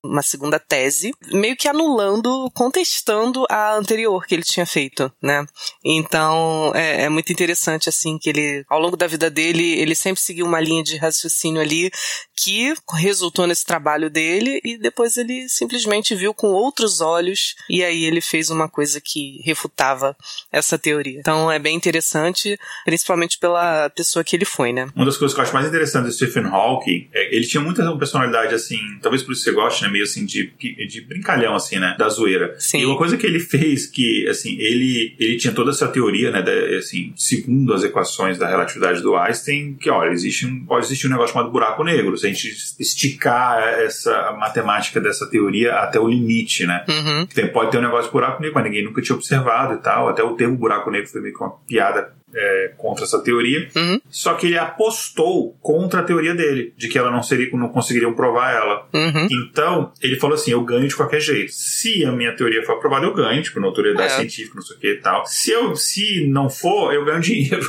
uma segunda tese, meio que anulando, contestando a anterior que ele tinha feito, né? Então, é, é muito interessante, assim, que ele, ao longo da vida dele, ele sempre seguiu uma linha de raciocínio ali que resultou nesse trabalho dele e depois ele simplesmente viu com outros olhos e aí ele fez uma coisa que refutava essa teoria. Então, é bem interessante, principalmente pela pessoa que ele foi, né? Uma das coisas que eu acho mais interessante do Stephen Hawking é ele tinha muita personalidade, assim, talvez por isso você goste, né, meio assim, de, de brincalhão, assim, né, da zoeira. Sim. E uma coisa que ele fez que, assim, ele, ele tinha toda essa teoria, né, da, assim, segundo as equações da relatividade do Einstein, que, olha, existe um, pode existir um negócio chamado buraco negro, se a gente esticar essa matemática dessa teoria até o limite, né. Uhum. Tem, pode ter um negócio de buraco negro, mas ninguém nunca tinha observado e tal, até o termo buraco negro foi meio que uma piada É, contra essa teoria, uhum. Só que ele apostou contra a teoria dele, de que ela não seria, não conseguiriam provar ela. Uhum. Então, ele falou assim, eu ganho de qualquer jeito. Se a minha teoria for aprovada, eu ganho, tipo, na autoridade é. científica, não sei o que e tal. Se, eu, se não for, eu ganho dinheiro.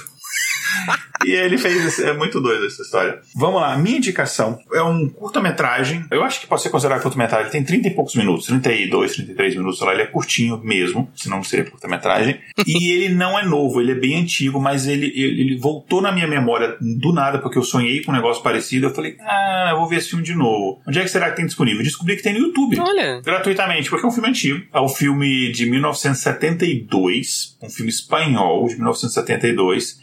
E ele fez, é muito doido essa história. Vamos lá, minha indicação é um curta-metragem, eu acho que pode ser considerado curta-metragem, tem trinta e poucos minutos, trinta e dois, trinta e três minutos, sei lá, ele é curtinho mesmo, senão não seria curta-metragem. E ele não é novo, ele é bem antigo, mas ele, ele, ele voltou na minha memória do nada, porque eu sonhei com um negócio parecido, eu falei, ah, eu vou ver esse filme de novo. Onde é que será que tem disponível? Eu descobri que tem no YouTube. Olha. Gratuitamente, porque é um filme antigo. É um filme de mil novecentos e setenta e dois, um filme espanhol de mil novecentos e setenta e dois,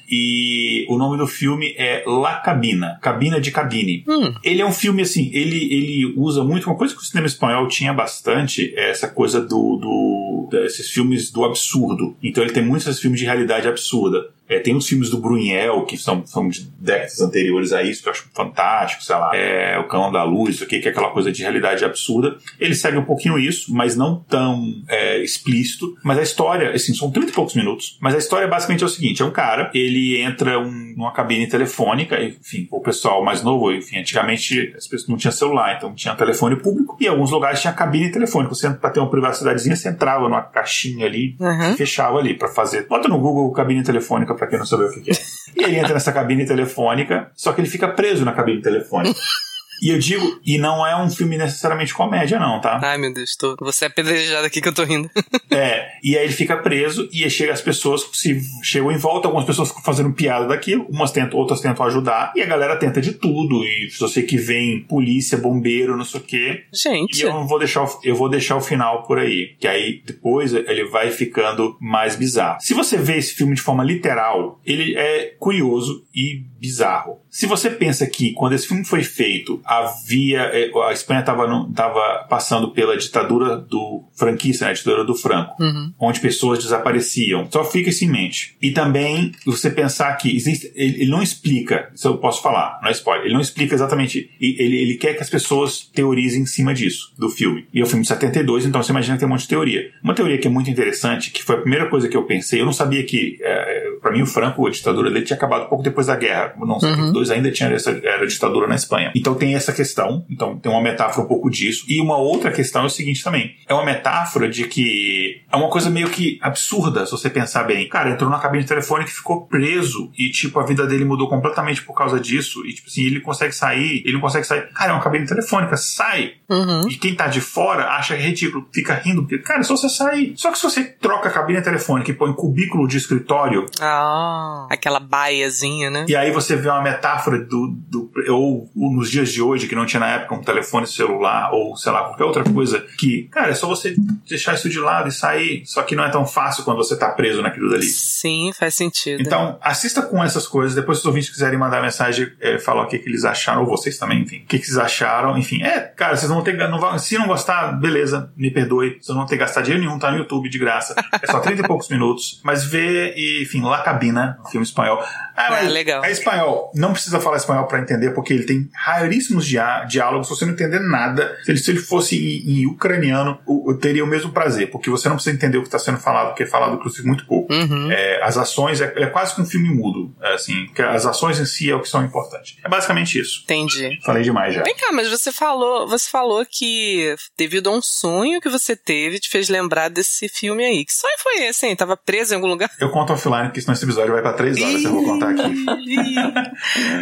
e o nome do filme é La Cabina, Cabina de Cabine. Hum. Ele é um filme, assim, ele, ele usa muito, uma coisa que o cinema espanhol tinha bastante, é essa coisa do, do desses filmes do absurdo. Então ele tem muitos desses filmes de realidade absurda. É, tem os filmes do Buñuel, que são, são de décadas anteriores a isso, que eu acho fantástico, sei lá, é, O Cão da Luz, isso aqui, que é aquela coisa de realidade absurda. Ele segue um pouquinho isso, mas não tão é, explícito. Mas a história, assim, são trinta e poucos minutos, mas a história basicamente é o seguinte, é um cara, ele entra um, numa cabine telefônica, enfim, o pessoal mais novo, enfim, antigamente as pessoas não tinham celular, então tinha telefone público, e em alguns lugares tinha cabine telefônica, você, pra ter uma privacidadezinha, você entrava numa caixinha ali, uhum. e fechava ali, pra fazer, bota no Google cabine telefônica, pra quem não sabe o que é. E ele entra nessa cabine telefônica, só que ele fica preso na cabine telefônica. E eu digo, e não é um filme necessariamente comédia, não, tá? Ai, meu Deus, tô... você é apedrejado aqui que eu tô rindo. É, e aí ele fica preso e aí chega as pessoas, se chegam em volta, algumas pessoas ficam fazendo piada daquilo, umas tentam, outras tentam ajudar, e a galera tenta de tudo, e se você que vem polícia, bombeiro, não sei o quê. Gente. E eu não vou deixar o, eu vou deixar o final por aí, que aí depois ele vai ficando mais bizarro. Se você vê esse filme de forma literal, ele é curioso e bizarro. Se você pensa que quando esse filme foi feito, havia, a Espanha estava passando pela ditadura do franquista, né, a ditadura do Franco, uhum. onde pessoas desapareciam. Só fica isso em mente. E também, você pensar que existe, ele, ele não explica, isso eu posso falar, não é spoiler, ele não explica exatamente, ele, ele quer que as pessoas teorizem em cima disso, do filme. E é o filme de setenta e dois, então você imagina que tem um monte de teoria. Uma teoria que é muito interessante, que foi a primeira coisa que eu pensei, eu não sabia que, é, para mim o Franco, a ditadura dele tinha acabado pouco depois da guerra, não, setenta e dois uhum. ainda tinha essa era ditadura na Espanha. Então tem essa questão, então tem uma metáfora um pouco disso. E uma outra questão é o seguinte também, é uma metáfora de que é uma coisa meio que absurda, se você pensar bem. Cara, entrou na cabine telefônica e ficou preso e, tipo, a vida dele mudou completamente por causa disso e, tipo assim, ele consegue sair, ele não consegue sair. Cara, é uma cabine telefônica, sai! Uhum. E quem tá de fora acha ridículo, fica rindo, porque, cara, é só você sair. Só que se você troca a cabine telefônica e põe cubículo de escritório... Ah, aquela baiazinha, né? E aí você vê uma metáfora do, do ou, ou nos dias de hoje, que não tinha na época um telefone celular, ou sei lá, qualquer outra coisa, que, cara, é só você deixar isso de lado e sair, só que não é tão fácil quando você tá preso naquilo dali. Sim, faz sentido. Então, assista com essas coisas, depois se os ouvintes quiserem mandar mensagem, é, falar o que, que eles acharam, ou vocês também, enfim, o que, que vocês acharam, enfim, é, cara, vocês vão ter, não vão, se não gostar, beleza, me perdoe, vocês não vão ter que gastar dinheiro nenhum, tá no YouTube de graça, é só trinta e poucos minutos, mas vê, e, enfim, La Cabina, um filme espanhol. Ah, mas é, legal. É espanhol, não precisa falar espanhol pra entender, porque ele tem raríssimos diá- diálogos, se você não entender nada, se ele, se ele fosse em, em ucraniano, eu, eu teria o mesmo prazer, porque você não precisa entender o que está sendo falado, porque é falado, inclusive, muito pouco. Uhum. É, as ações, é, é quase que um filme mudo, é, assim, porque as ações em si é o que são importantes. É basicamente isso. Entendi. Falei demais já. Vem cá, mas você falou, você falou que devido a um sonho que você teve, te fez lembrar desse filme aí. Que sonho foi esse, hein? Tava preso em algum lugar? Eu conto offline, porque senão esse episódio vai pra três horas, eu vou contar aqui.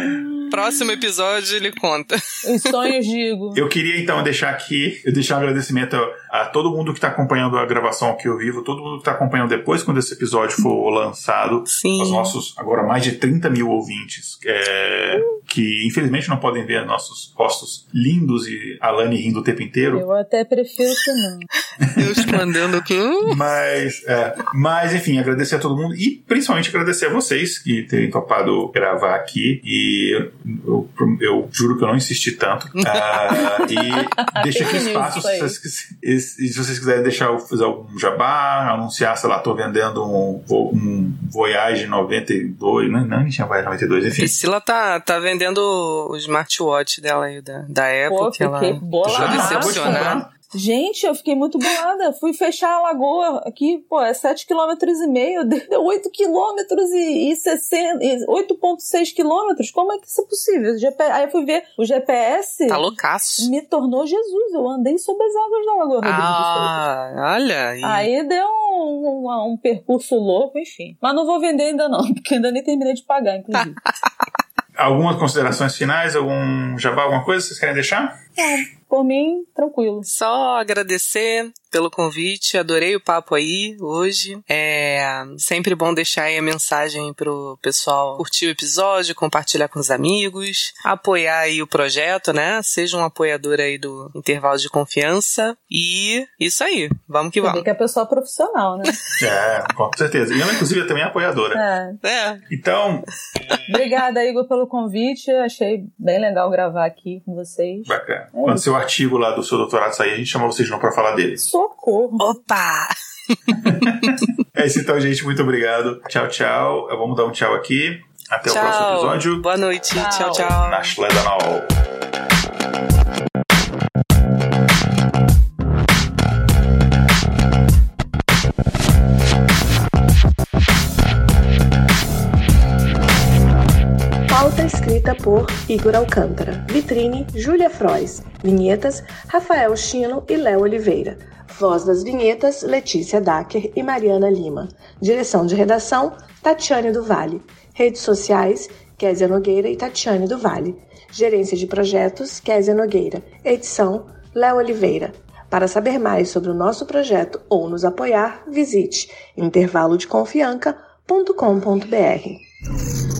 próximo episódio ele conta. Os sonhos de Igor. Eu queria então deixar aqui, eu deixar um agradecimento a, a todo mundo que está acompanhando a gravação aqui ao vivo, todo mundo que está acompanhando depois, quando esse episódio for lançado. Sim. Os nossos, agora mais de trinta mil ouvintes, é, que infelizmente não podem ver nossos rostos lindos e a Lani rindo o tempo inteiro. Eu até prefiro que não. Eu te mandando aqui. Mas, é, mas, enfim, agradecer a todo mundo e principalmente agradecer a vocês que terem topado gravar aqui. E eu, eu, eu juro que eu não insisti tanto. Uh, e deixa aqui espaço se vocês, se vocês quiserem deixar, fazer algum jabá, anunciar, sei lá, tô vendendo um, um Voyage noventa e dois, não, não tinha Voyage noventa e dois, enfim. Priscila tá, tá vendendo o smartwatch dela aí, da, da Apple. Pô, que ela já decepcionada. Gente, eu fiquei muito bolada. Fui fechar a lagoa aqui, pô, é sete quilômetros e meio, deu oito quilômetros e sessenta, oito vírgula seis quilômetros. Como é que isso é possível? O G P... Aí eu fui ver o G P S. Tá loucaço. Me tornou Jesus. Eu andei sob as águas da Lagoa Rodrigo Ah, dos Freitas. olha aí. Aí deu um, um, um percurso louco, enfim. Mas não vou vender ainda não, porque ainda nem terminei de pagar, inclusive. Algumas considerações finais? Algum jabá, alguma coisa que vocês querem deixar? Não. Por mim, tranquilo. Só agradecer pelo convite, adorei o papo aí hoje. É sempre bom deixar aí a mensagem pro pessoal curtir o episódio, compartilhar com os amigos, apoiar aí o projeto, né? Seja um apoiador aí do Intervalo de Confiança. E isso aí, vamos que vamos. Você vê que é pessoa profissional, né? É, com certeza. E ela, inclusive, também é apoiadora. É. É. Então... Obrigada, Igor, pelo convite. Achei bem legal gravar aqui com vocês. Bacana. É Quando isso. seu artigo lá do seu doutorado sair, a gente chama vocês de novo pra falar dele. Socorro! Opa! É isso então, gente. Muito obrigado. Tchau, tchau. Vamos dar um tchau aqui. Até tchau. o próximo episódio. Boa noite. Tchau, tchau. tchau. Na Schledanol. Pauta escrita por Igor Alcântara. Vitrine, Júlia Frois. Vinhetas, Rafael Chino e Léo Oliveira. Voz das vinhetas, Letícia Dacker e Mariana Lima. Direção de redação, Tatiane do Vale. Redes sociais, Kézia Nogueira e Tatiane do Vale. Gerência de projetos, Kézia Nogueira. Edição, Léo Oliveira. Para saber mais sobre o nosso projeto ou nos apoiar, visite intervalo de confianca ponto com ponto br.